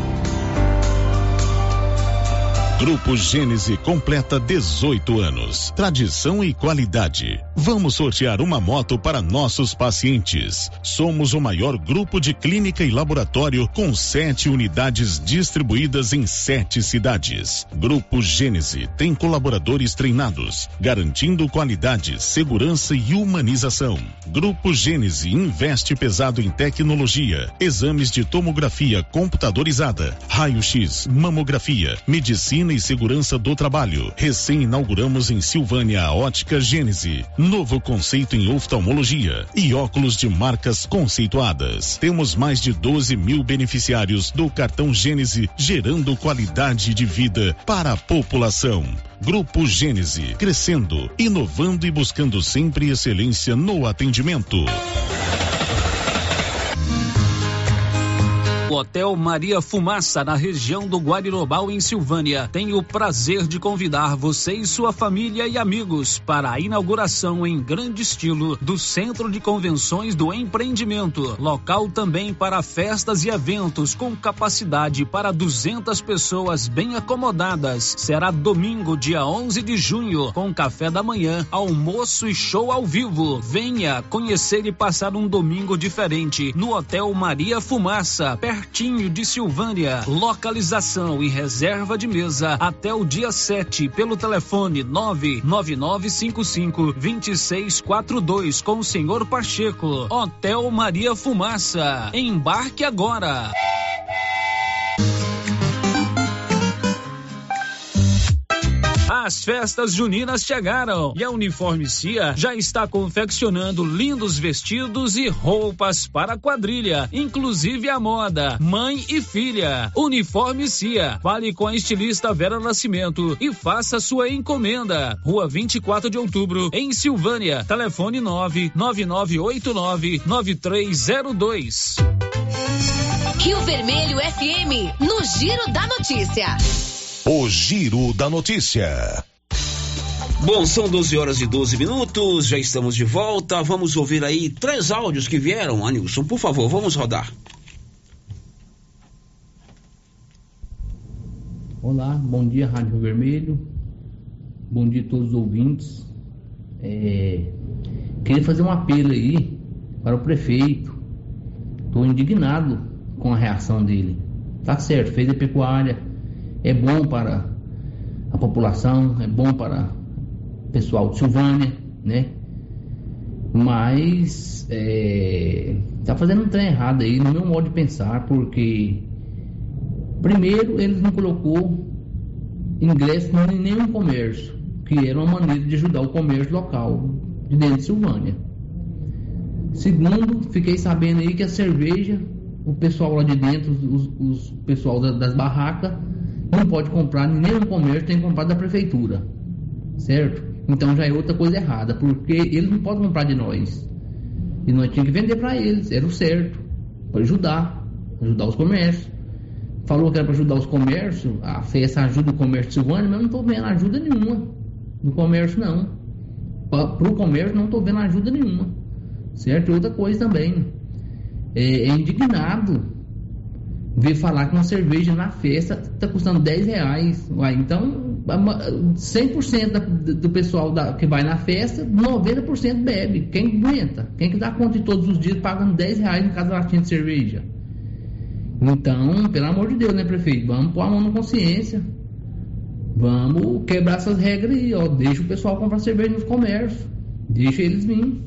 Grupo Gênese completa 18 anos. Tradição e qualidade. Vamos sortear uma moto para nossos pacientes. Somos o maior grupo de clínica e laboratório com 7 unidades distribuídas em 7 cidades. Grupo Gênese tem colaboradores treinados, garantindo qualidade, segurança e humanização. Grupo Gênese investe pesado em tecnologia, exames de tomografia computadorizada, raio-x, mamografia, medicina e segurança do trabalho. Recém-inauguramos em Silvânia a Ótica Gênese, novo conceito em oftalmologia e óculos de marcas conceituadas. Temos mais de 12 mil beneficiários do cartão Gênese, gerando qualidade de vida para a população. Grupo Gênese, crescendo, inovando e buscando sempre excelência no atendimento. O Hotel Maria Fumaça, na região do Guarirobal, em Silvânia, tem o prazer de convidar você e sua família e amigos para a inauguração em grande estilo do Centro de Convenções do Empreendimento. Local também para festas e eventos com capacidade para 200 pessoas bem acomodadas. Será domingo, dia 11 de junho, com café da manhã, almoço e show ao vivo. Venha conhecer e passar um domingo diferente no Hotel Maria Fumaça, pertinho de Silvânia. Localização e reserva de mesa até o dia 7 pelo telefone 99955-2642 com o senhor Pacheco. Hotel Maria Fumaça. Embarque agora. As festas juninas chegaram e a Uniforme Cia já está confeccionando lindos vestidos e roupas para a quadrilha, inclusive a moda, mãe e filha. Uniforme Cia, fale com a estilista Vera Nascimento e faça sua encomenda. Rua 24 de Outubro, em Silvânia. Telefone 99989-9302. Rio Vermelho FM, no Giro da Notícia. O Giro da Notícia. Bom, são 12h12, já estamos de volta. Vamos ouvir aí 3 áudios que vieram, Anilson. Por favor, vamos rodar. Olá, bom dia, Rádio Rio Vermelho. Bom dia a todos os ouvintes. Queria fazer um apelo aí para o prefeito. Estou indignado com a reação dele. Tá certo, fez a pecuária. É bom para a população, é bom para o pessoal de Silvânia, né? Mas tá fazendo um trem errado aí, no meu modo de pensar, porque primeiro ele não colocou ingresso em nenhum comércio, que era uma maneira de ajudar o comércio local de dentro de Silvânia. Segundo, fiquei sabendo aí que a cerveja, o pessoal lá de dentro, os pessoal das barracas, não pode comprar em nenhum comércio, tem que comprar da prefeitura, certo? Então já é outra coisa errada, porque eles não podem comprar de nós, e nós tínhamos que vender para eles, era o certo, para ajudar os comércios. Falou que era para ajudar os comércios, a festa ajuda o comércio de Silvânia, mas não estou vendo ajuda nenhuma no comércio, não. Para o comércio não estou vendo ajuda nenhuma, certo? E outra coisa também, é indignado ver falar que uma cerveja na festa está custando R$10. Uai, então 100% do pessoal que vai na festa, 90% bebe. Quem aguenta? Quem que dá conta de todos os dias pagando R$10 em cada latinha de cerveja? Então, pelo amor de Deus, né, prefeito? Vamos pôr a mão na consciência. Vamos quebrar essas regras aí, ó. Deixa o pessoal comprar cerveja nos comércios. Deixa eles virem.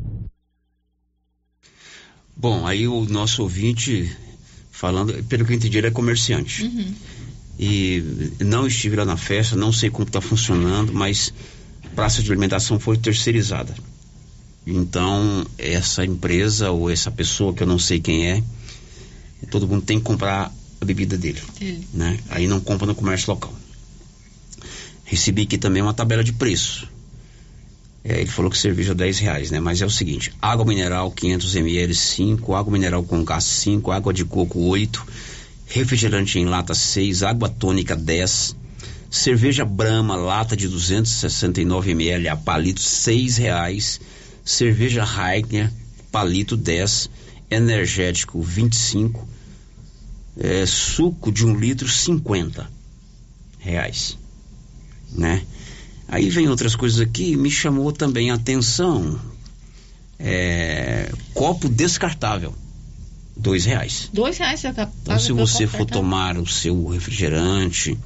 Bom, aí o nosso ouvinte, falando, pelo que eu entendi, ele é comerciante. Uhum. E não estive lá na festa, não sei como está funcionando, mas praça de alimentação foi terceirizada. Então, essa empresa ou essa pessoa que eu não sei quem é, todo mundo tem que comprar a bebida dele, né? Aí não compra no comércio local. Recebi aqui também uma tabela de preço. Ele falou que cerveja R$10, né? Mas é o seguinte: água mineral 500 ml 5, água mineral com gás 5, água de coco 8, refrigerante em lata 6, água tônica 10, cerveja Brahma lata de 269 ml a palito R$6, cerveja Heineken palito 10, energético 25, suco de 1 litro R$50, né? Aí vem outras coisas aqui, me chamou também a atenção. Copo descartável, R$2. R$2 você então, se você for tomar o seu refrigerante,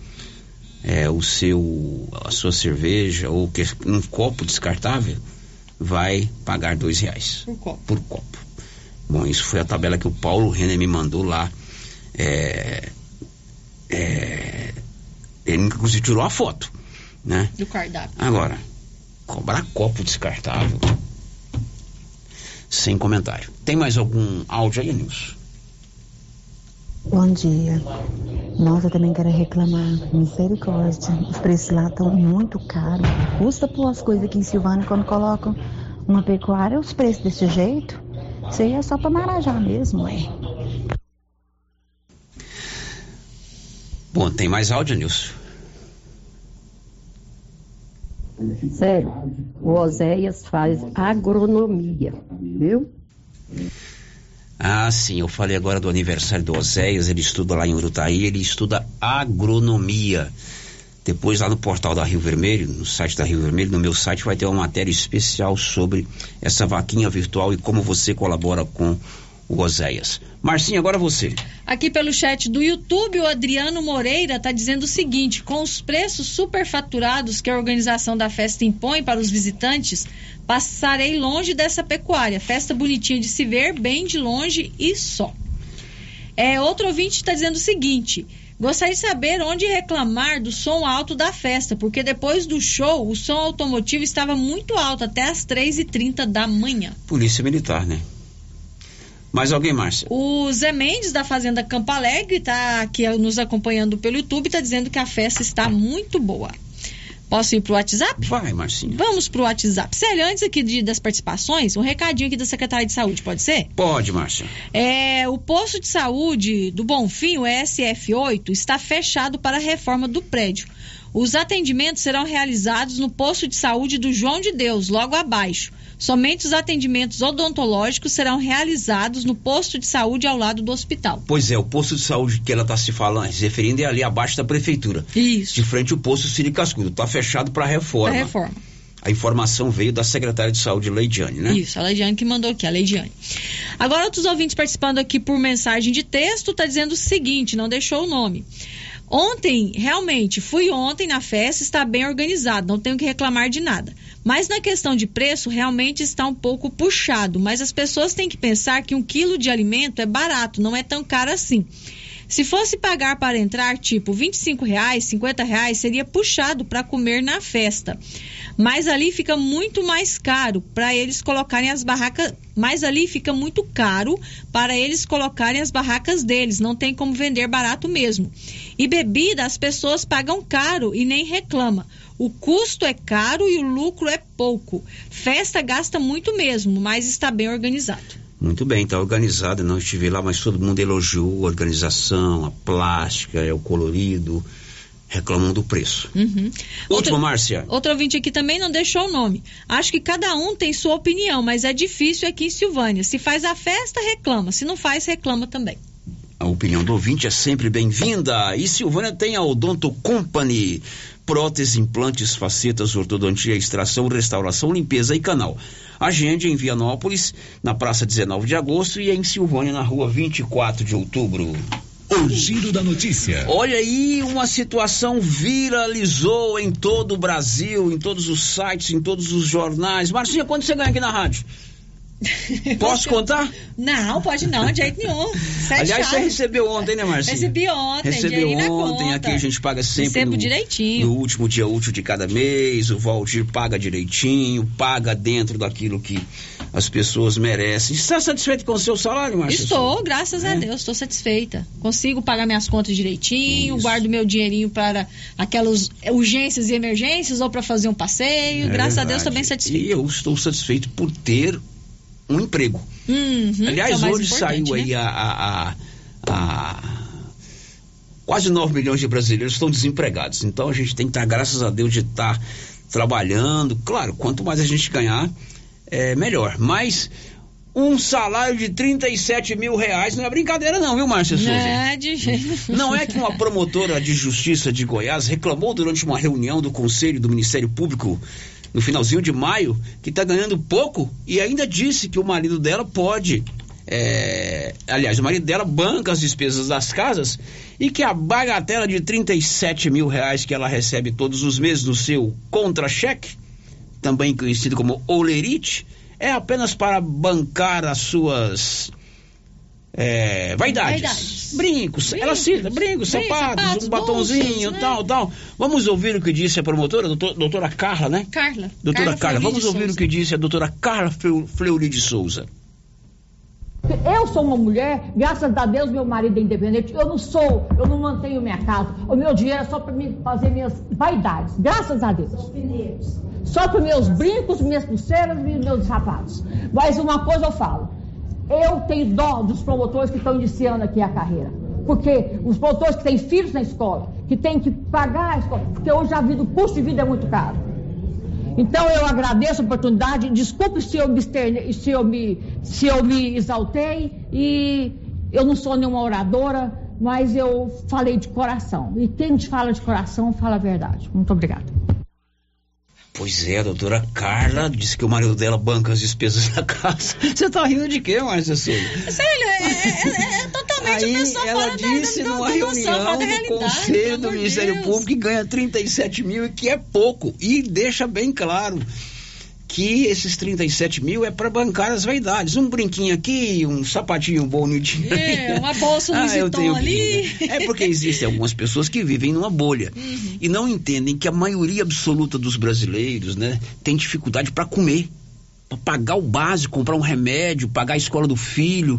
a sua cerveja, ou um copo descartável, vai pagar R$2 por copo. Bom, isso foi a tabela que o Paulo Renner me mandou lá. Ele inclusive tirou a foto, né? Do cardápio. Agora, cobrar copo descartável, sem comentário. Tem mais algum áudio aí, Nilson? Bom dia. Nossa, eu também quero reclamar. Misericórdia. Os preços lá estão muito caros. Custa pôr as coisas aqui em Silvânia quando colocam uma pecuária, os preços desse jeito. Isso aí é só para Marajá mesmo, Bom, tem mais áudio, Nilson? Sério, o Oséias faz agronomia, viu? Ah, sim, eu falei agora do aniversário do Oséias, ele estuda lá em Urutaí, ele estuda agronomia. Depois lá no portal da Rio Vermelho, no site da Rio Vermelho, no meu site vai ter uma matéria especial sobre essa vaquinha virtual e como você colabora com o Oséias. Marcinha, agora você. Aqui pelo chat do YouTube, o Adriano Moreira está dizendo o seguinte: com os preços superfaturados que a organização da festa impõe para os visitantes, passarei longe dessa pecuária. Festa bonitinha de se ver, bem de longe e só. Outro ouvinte está dizendo o seguinte: gostaria de saber onde reclamar do som alto da festa, porque depois do show o som automotivo estava muito alto, até às 3h30 da manhã. Polícia Militar, né? Mais alguém, Márcia? O Zé Mendes, da Fazenda Campo Alegre, está aqui nos acompanhando pelo YouTube, está dizendo que a festa está muito boa. Posso ir pro WhatsApp? Vai, Marcinha. Vamos pro WhatsApp. Célio, antes aqui das participações, um recadinho aqui da Secretaria de Saúde, pode ser? Pode, Márcia. O posto de saúde do Bonfim, o SF8, está fechado para a reforma do prédio. Os atendimentos serão realizados no posto de saúde do João de Deus, logo abaixo. Somente os atendimentos odontológicos serão realizados no posto de saúde ao lado do hospital. Pois é, o posto de saúde que ela está se referindo é ali abaixo da prefeitura. Isso. De frente ao posto Círio Cascudo. Está fechado para reforma. Para reforma. A informação veio da secretária de saúde, Leidiane, né? Isso, a Leidiane que mandou aqui, a Leidiane. Agora, outros ouvintes participando aqui por mensagem de texto, está dizendo o seguinte, não deixou o nome. Fui ontem na festa, está bem organizado, não tenho que reclamar de nada. Mas na questão de preço, realmente está um pouco puxado, mas as pessoas têm que pensar que 1 quilo de alimento é barato, não é tão caro assim. Se fosse pagar para entrar, tipo R$25, R$50, seria puxado para comer na festa. Mas ali fica muito mais caro para eles colocarem as barracas. Mas ali fica muito caro para eles colocarem as barracas deles. Não tem como vender barato mesmo. E bebida, as pessoas pagam caro e nem reclama. O custo é caro e o lucro é pouco. Festa gasta muito mesmo, mas está bem organizado. Muito bem, está organizado, não estive lá, mas todo mundo elogiou a organização, a plástica, o colorido, reclamam do preço. Uhum. Márcia. Outro ouvinte aqui também não deixou o nome. Acho que cada um tem sua opinião, mas é difícil aqui em Silvânia. Se faz a festa, reclama. Se não faz, reclama também. A opinião do ouvinte é sempre bem-vinda. E Silvânia tem a Odonto Company. Prótese, implantes, facetas, ortodontia, extração, restauração, limpeza e canal. Agende em Vianópolis, na Praça 19 de Agosto e em Silvânia, na Rua 24 de Outubro. O Giro da Notícia. Olha aí, uma situação viralizou em todo o Brasil, em todos os sites, em todos os jornais. Marcinha, quanto você ganha aqui na rádio? Posso contar? Não, pode não, de jeito nenhum. Aliás, você recebeu ontem, né, Marcinha? Recebi ontem. Recebeu ontem, aqui a gente paga sempre Recebo direitinho. No último dia útil de cada mês, o Valdir paga direitinho, paga dentro daquilo que as pessoas merecem. Está satisfeito com o seu salário, Marcia? Estou, graças a Deus, estou satisfeita. Consigo pagar minhas contas direitinho, guardo meu dinheirinho para aquelas urgências e emergências ou para fazer um passeio. Graças a Deus, estou bem satisfeita. E eu estou satisfeito por ter um emprego. Aliás, hoje saiu aí quase 9 milhões de brasileiros estão desempregados. Então a gente tem que estar, graças a Deus, de estar trabalhando. Claro, quanto mais a gente ganhar, melhor. Mas um salário de 37 mil reais não é brincadeira não, viu, Márcia Souza? Não, de jeito. Não é que uma promotora de justiça de Goiás reclamou durante uma reunião do Conselho do Ministério Público no finalzinho de maio, que está ganhando pouco, e ainda disse que o marido dela pode, aliás, o marido dela banca as despesas das casas, e que a bagatela de 37 mil reais que ela recebe todos os meses no seu contra-cheque, também conhecido como olerite, é apenas para bancar as suas vaidades. Brincos, ela cita, brincos, sapatos, um batonzinho, bolsas, tal. Vamos ouvir o que disse a promotora, doutora Carla, né? Doutora Carla, vamos ouvir o que disse a doutora Carla Fleury de Souza. Eu sou uma mulher, graças a Deus meu marido é independente, eu não mantenho minha casa, o meu dinheiro é só para mim fazer minhas vaidades, graças a Deus. Só para meus brincos, minhas pulseiras e meus sapatos. Mas uma coisa eu falo, eu tenho dó dos promotores que estão iniciando aqui a carreira. Porque os promotores que têm filhos na escola, que têm que pagar a escola, porque hoje o custo de vida é muito caro. Então eu agradeço a oportunidade, desculpe se eu me exaltei, e eu não sou nenhuma oradora, mas eu falei de coração. E quem te fala de coração, fala a verdade. Muito obrigada. Pois é, a doutora Carla disse que o marido dela banca as despesas da casa. Você tá rindo de quê, Márcia Souza? Sério, é totalmente aí a pessoa ela disse numa reunião do Conselho do Ministério Público que ganha 37 mil e que é pouco. E deixa bem claro que esses 37 mil é para bancar as vaidades. Um brinquinho aqui, um sapatinho bonitinho. Uma bolsa, um Vuitton ali. É porque existem algumas pessoas que vivem numa bolha e não entendem que a maioria absoluta dos brasileiros, né, tem dificuldade para comer, para pagar o básico, comprar um remédio, pagar a escola do filho,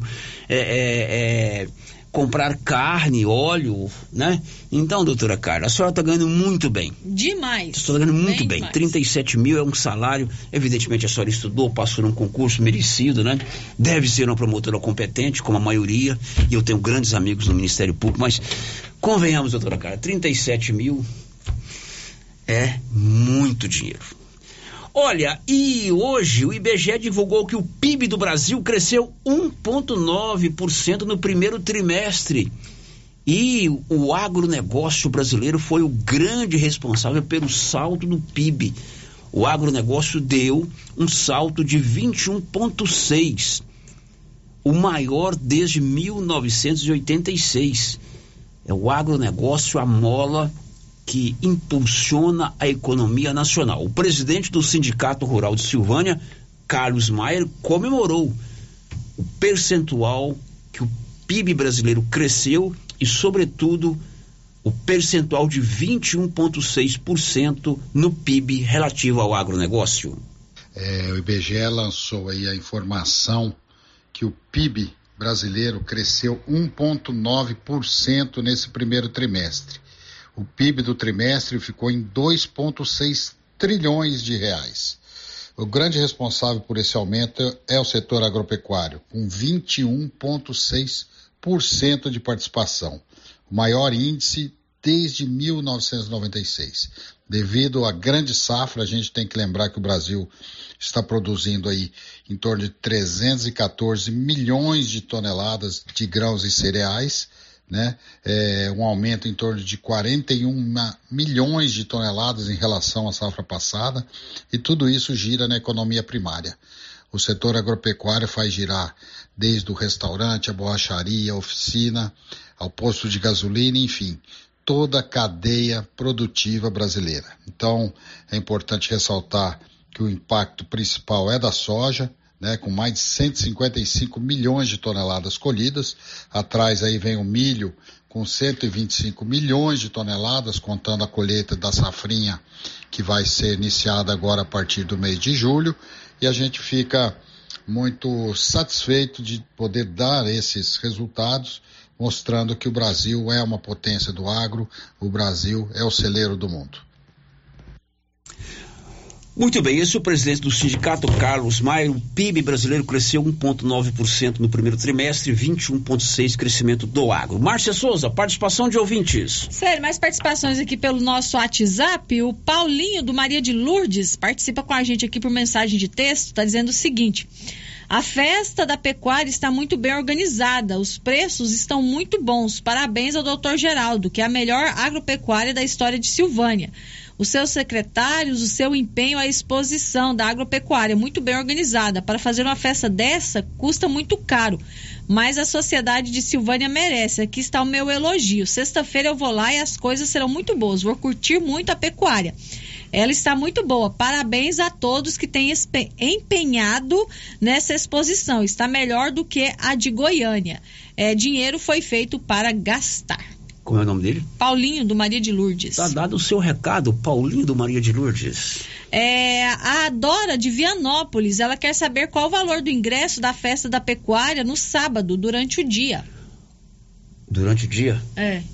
comprar carne, óleo, né? Então, doutora Carla, a senhora está ganhando muito bem. Demais. Está ganhando muito bem. 37 mil é um salário, evidentemente a senhora estudou, passou num concurso merecido, né? Deve ser uma promotora competente, como a maioria, e eu tenho grandes amigos no Ministério Público, mas convenhamos, doutora Carla, 37 mil é muito dinheiro. Olha, e hoje o IBGE divulgou que o PIB do Brasil cresceu 1,9% no primeiro trimestre. E o agronegócio brasileiro foi o grande responsável pelo salto do PIB. O agronegócio deu um salto de 21,6%, o maior desde 1986. É o agronegócio, a mola que impulsiona a economia nacional. O presidente do Sindicato Rural de Silvânia, Carlos Maier, comemorou o percentual que o PIB brasileiro cresceu e, sobretudo, o percentual de 21,6% no PIB relativo ao agronegócio. O IBGE lançou aí a informação que o PIB brasileiro cresceu 1,9% nesse primeiro trimestre. O PIB do trimestre ficou em 2,6 trilhões de reais. O grande responsável por esse aumento é o setor agropecuário, com 21,6% de participação, o maior índice desde 1996. Devido à grande safra, a gente tem que lembrar que o Brasil está produzindo aí em torno de 314 milhões de toneladas de grãos e cereais, né? Um aumento em torno de 41 milhões de toneladas em relação à safra passada, e tudo isso gira na economia primária. O setor agropecuário faz girar desde o restaurante, a borracharia, a oficina, ao posto de gasolina, enfim, toda a cadeia produtiva brasileira. Então, é importante ressaltar que o impacto principal é da soja, né, com mais de 155 milhões de toneladas colhidas. Atrás aí vem o milho com 125 milhões de toneladas, contando a colheita da safrinha, que vai ser iniciada agora a partir do mês de julho, e a gente fica muito satisfeito de poder dar esses resultados, mostrando que o Brasil é uma potência do agro, o Brasil é o celeiro do mundo. Muito bem, esse é o presidente do sindicato, Carlos Maia. O PIB brasileiro cresceu 1,9% no primeiro trimestre, 21,6% crescimento do agro. Márcia Souza, participação de ouvintes. Sério, mais participações aqui pelo nosso WhatsApp. O Paulinho do Maria de Lourdes participa com a gente aqui por mensagem de texto, está dizendo o seguinte: a festa da pecuária está muito bem organizada, os preços estão muito bons. Parabéns ao Dr. Geraldo, que é a melhor agropecuária da história de Silvânia. Os seus secretários, o seu empenho à exposição da agropecuária, muito bem organizada. Para fazer uma festa dessa, custa muito caro, mas a sociedade de Silvânia merece. Aqui está o meu elogio. Sexta-feira eu vou lá e as coisas serão muito boas. Vou curtir muito a pecuária. Ela está muito boa. Parabéns a todos que têm empenhado nessa exposição. Está melhor do que a de Goiânia. Dinheiro foi feito para gastar. Como é o nome dele? Paulinho, do Maria de Lourdes. Tá dado o seu recado, Paulinho do Maria de Lourdes. A Dora de Vianópolis, ela quer saber qual o valor do ingresso da festa da pecuária no sábado, durante o dia. Durante o dia?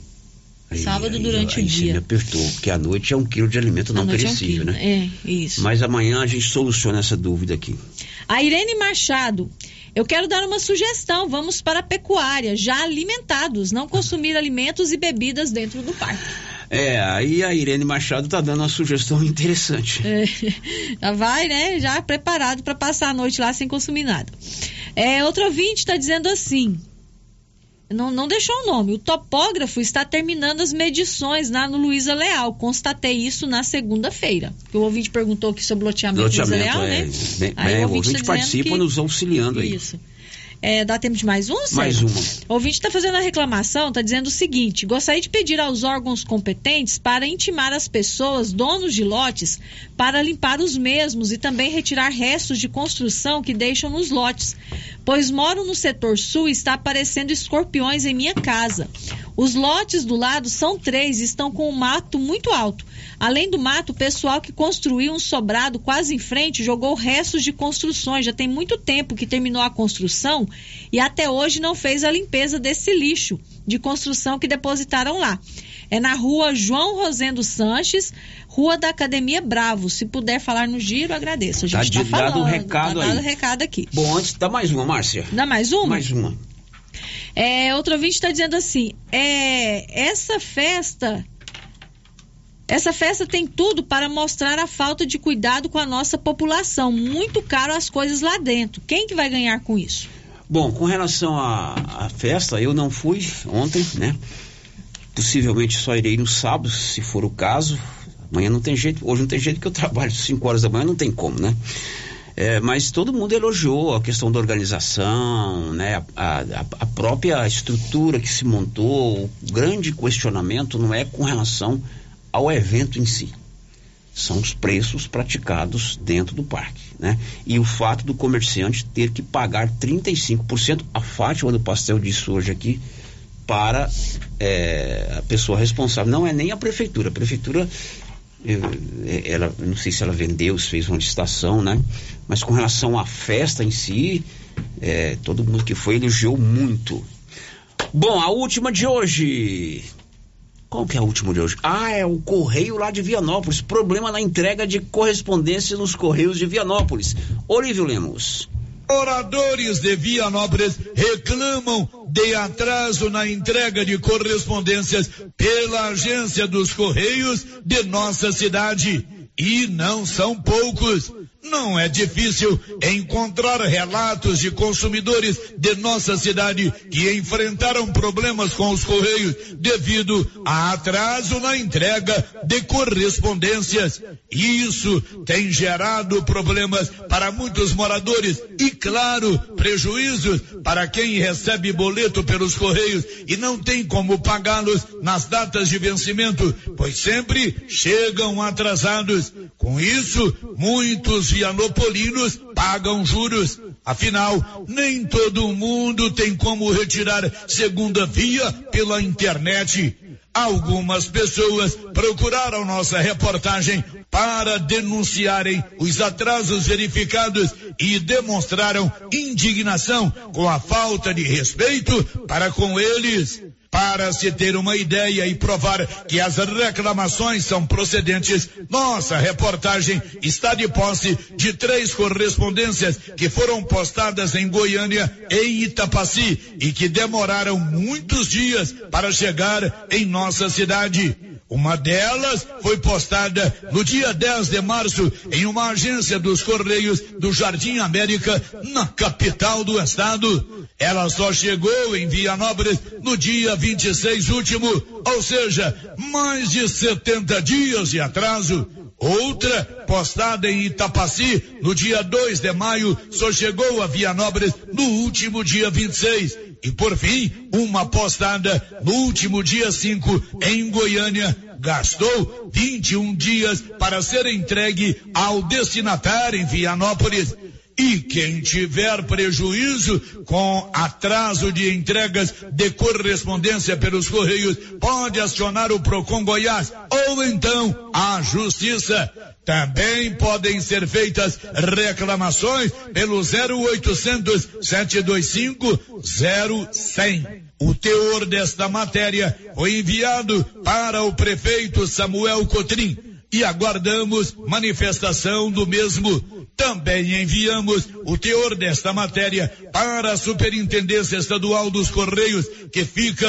Sábado durante o dia. Você me apertou, porque à noite é 1 quilo de alimento não perecível, né? Isso. Mas amanhã a gente soluciona essa dúvida aqui. A Irene Machado: eu quero dar uma sugestão, vamos para a pecuária, já alimentados, não consumir alimentos e bebidas dentro do parque. Aí a Irene Machado tá dando uma sugestão interessante. Já vai, né, já preparado para passar a noite lá sem consumir nada. Outro ouvinte está dizendo assim, não deixou o nome, o topógrafo está terminando as medições lá no Luiza Leal, constatei isso na segunda-feira. O ouvinte perguntou aqui sobre loteamento Luiza Leal, né? O ouvinte participa nos auxiliando aí. Isso. Dá tempo de mais um, Sérgio? Mais uma. O ouvinte está fazendo a reclamação, está dizendo o seguinte: gostaria de pedir aos órgãos competentes para intimar as pessoas, donos de lotes, para limpar os mesmos e também retirar restos de construção que deixam nos lotes, pois moro no setor sul e está aparecendo escorpiões em minha casa. Os lotes do lado são 3 e estão com um mato muito alto. Além do mato, o pessoal que construiu um sobrado quase em frente jogou restos de construções. Já tem muito tempo que terminou a construção e até hoje não fez a limpeza desse lixo de construção que depositaram lá. É na rua João Rosendo Sanches, rua da Academia Bravo. Se puder falar no giro, agradeço. A gente tá falando. Dado o recado aí. Dado o recado aqui. Bom, antes, dá mais uma, Márcia. Dá mais uma? Mais uma. Outro ouvinte está dizendo assim, essa festa tem tudo para mostrar a falta de cuidado com a nossa população. Muito caro as coisas lá dentro. Quem que vai ganhar com isso? Bom, com relação à festa, eu não fui ontem, né? Possivelmente só irei no sábado, se for o caso. Amanhã não tem jeito, hoje não tem jeito que eu trabalho 5 horas da manhã, não tem como, né? Mas todo mundo elogiou a questão da organização, né? A própria estrutura que se montou. O grande questionamento não é com relação ao evento em si, são os preços praticados dentro do parque, né? E o fato do comerciante ter que pagar 35%, a Fátima do Pastel disse hoje aqui, para a pessoa responsável. Não é nem a prefeitura. Ela, não sei se ela vendeu, se fez uma licitação, né? Mas com relação à festa em si, todo mundo que foi elogiou muito. Bom, a última de hoje. Qual que é a última de hoje? É o Correio lá de Vianópolis. Problema na entrega de correspondência nos Correios de Vianópolis. Olívio Lemos. Moradores de Vianópolis reclamam de atraso na entrega de correspondências pela agência dos Correios de nossa cidade. E não são poucos. Não é difícil encontrar relatos de consumidores de nossa cidade que enfrentaram problemas com os Correios devido a atraso na entrega de correspondências. Isso tem gerado problemas para muitos moradores e, claro, prejuízos para quem recebe boleto pelos Correios e não tem como pagá-los nas datas de vencimento, pois sempre chegam atrasados. Com isso, muitos vianopolinos pagam juros. Afinal, nem todo mundo tem como retirar segunda via pela internet. Algumas pessoas procuraram nossa reportagem para denunciarem os atrasos verificados e demonstraram indignação com a falta de respeito para com eles. Para se ter uma ideia e provar que as reclamações são procedentes, nossa reportagem está de posse de 3 correspondências que foram postadas em Goiânia e Itapaci e que demoraram muitos dias para chegar em nossa cidade. Uma delas foi postada no dia 10 de março em uma agência dos Correios do Jardim América, na capital do estado. Ela só chegou em Vianópolis no dia 26 último, ou seja, mais de 70 dias de atraso. Outra, postada em Itapaci no dia 2 de maio, só chegou a Vianópolis no último dia 26. E por fim, uma postada no último dia 5 em Goiânia, gastou 21 dias para ser entregue ao destinatário em Vianópolis. E quem tiver prejuízo com atraso de entregas de correspondência pelos Correios pode acionar o Procon Goiás ou então a Justiça. Também podem ser feitas reclamações pelo 0800 725 0100. O teor desta matéria foi enviado para o prefeito Samuel Cotrim e aguardamos manifestação do mesmo. Também enviamos o teor desta matéria para a Superintendência Estadual dos Correios, que fica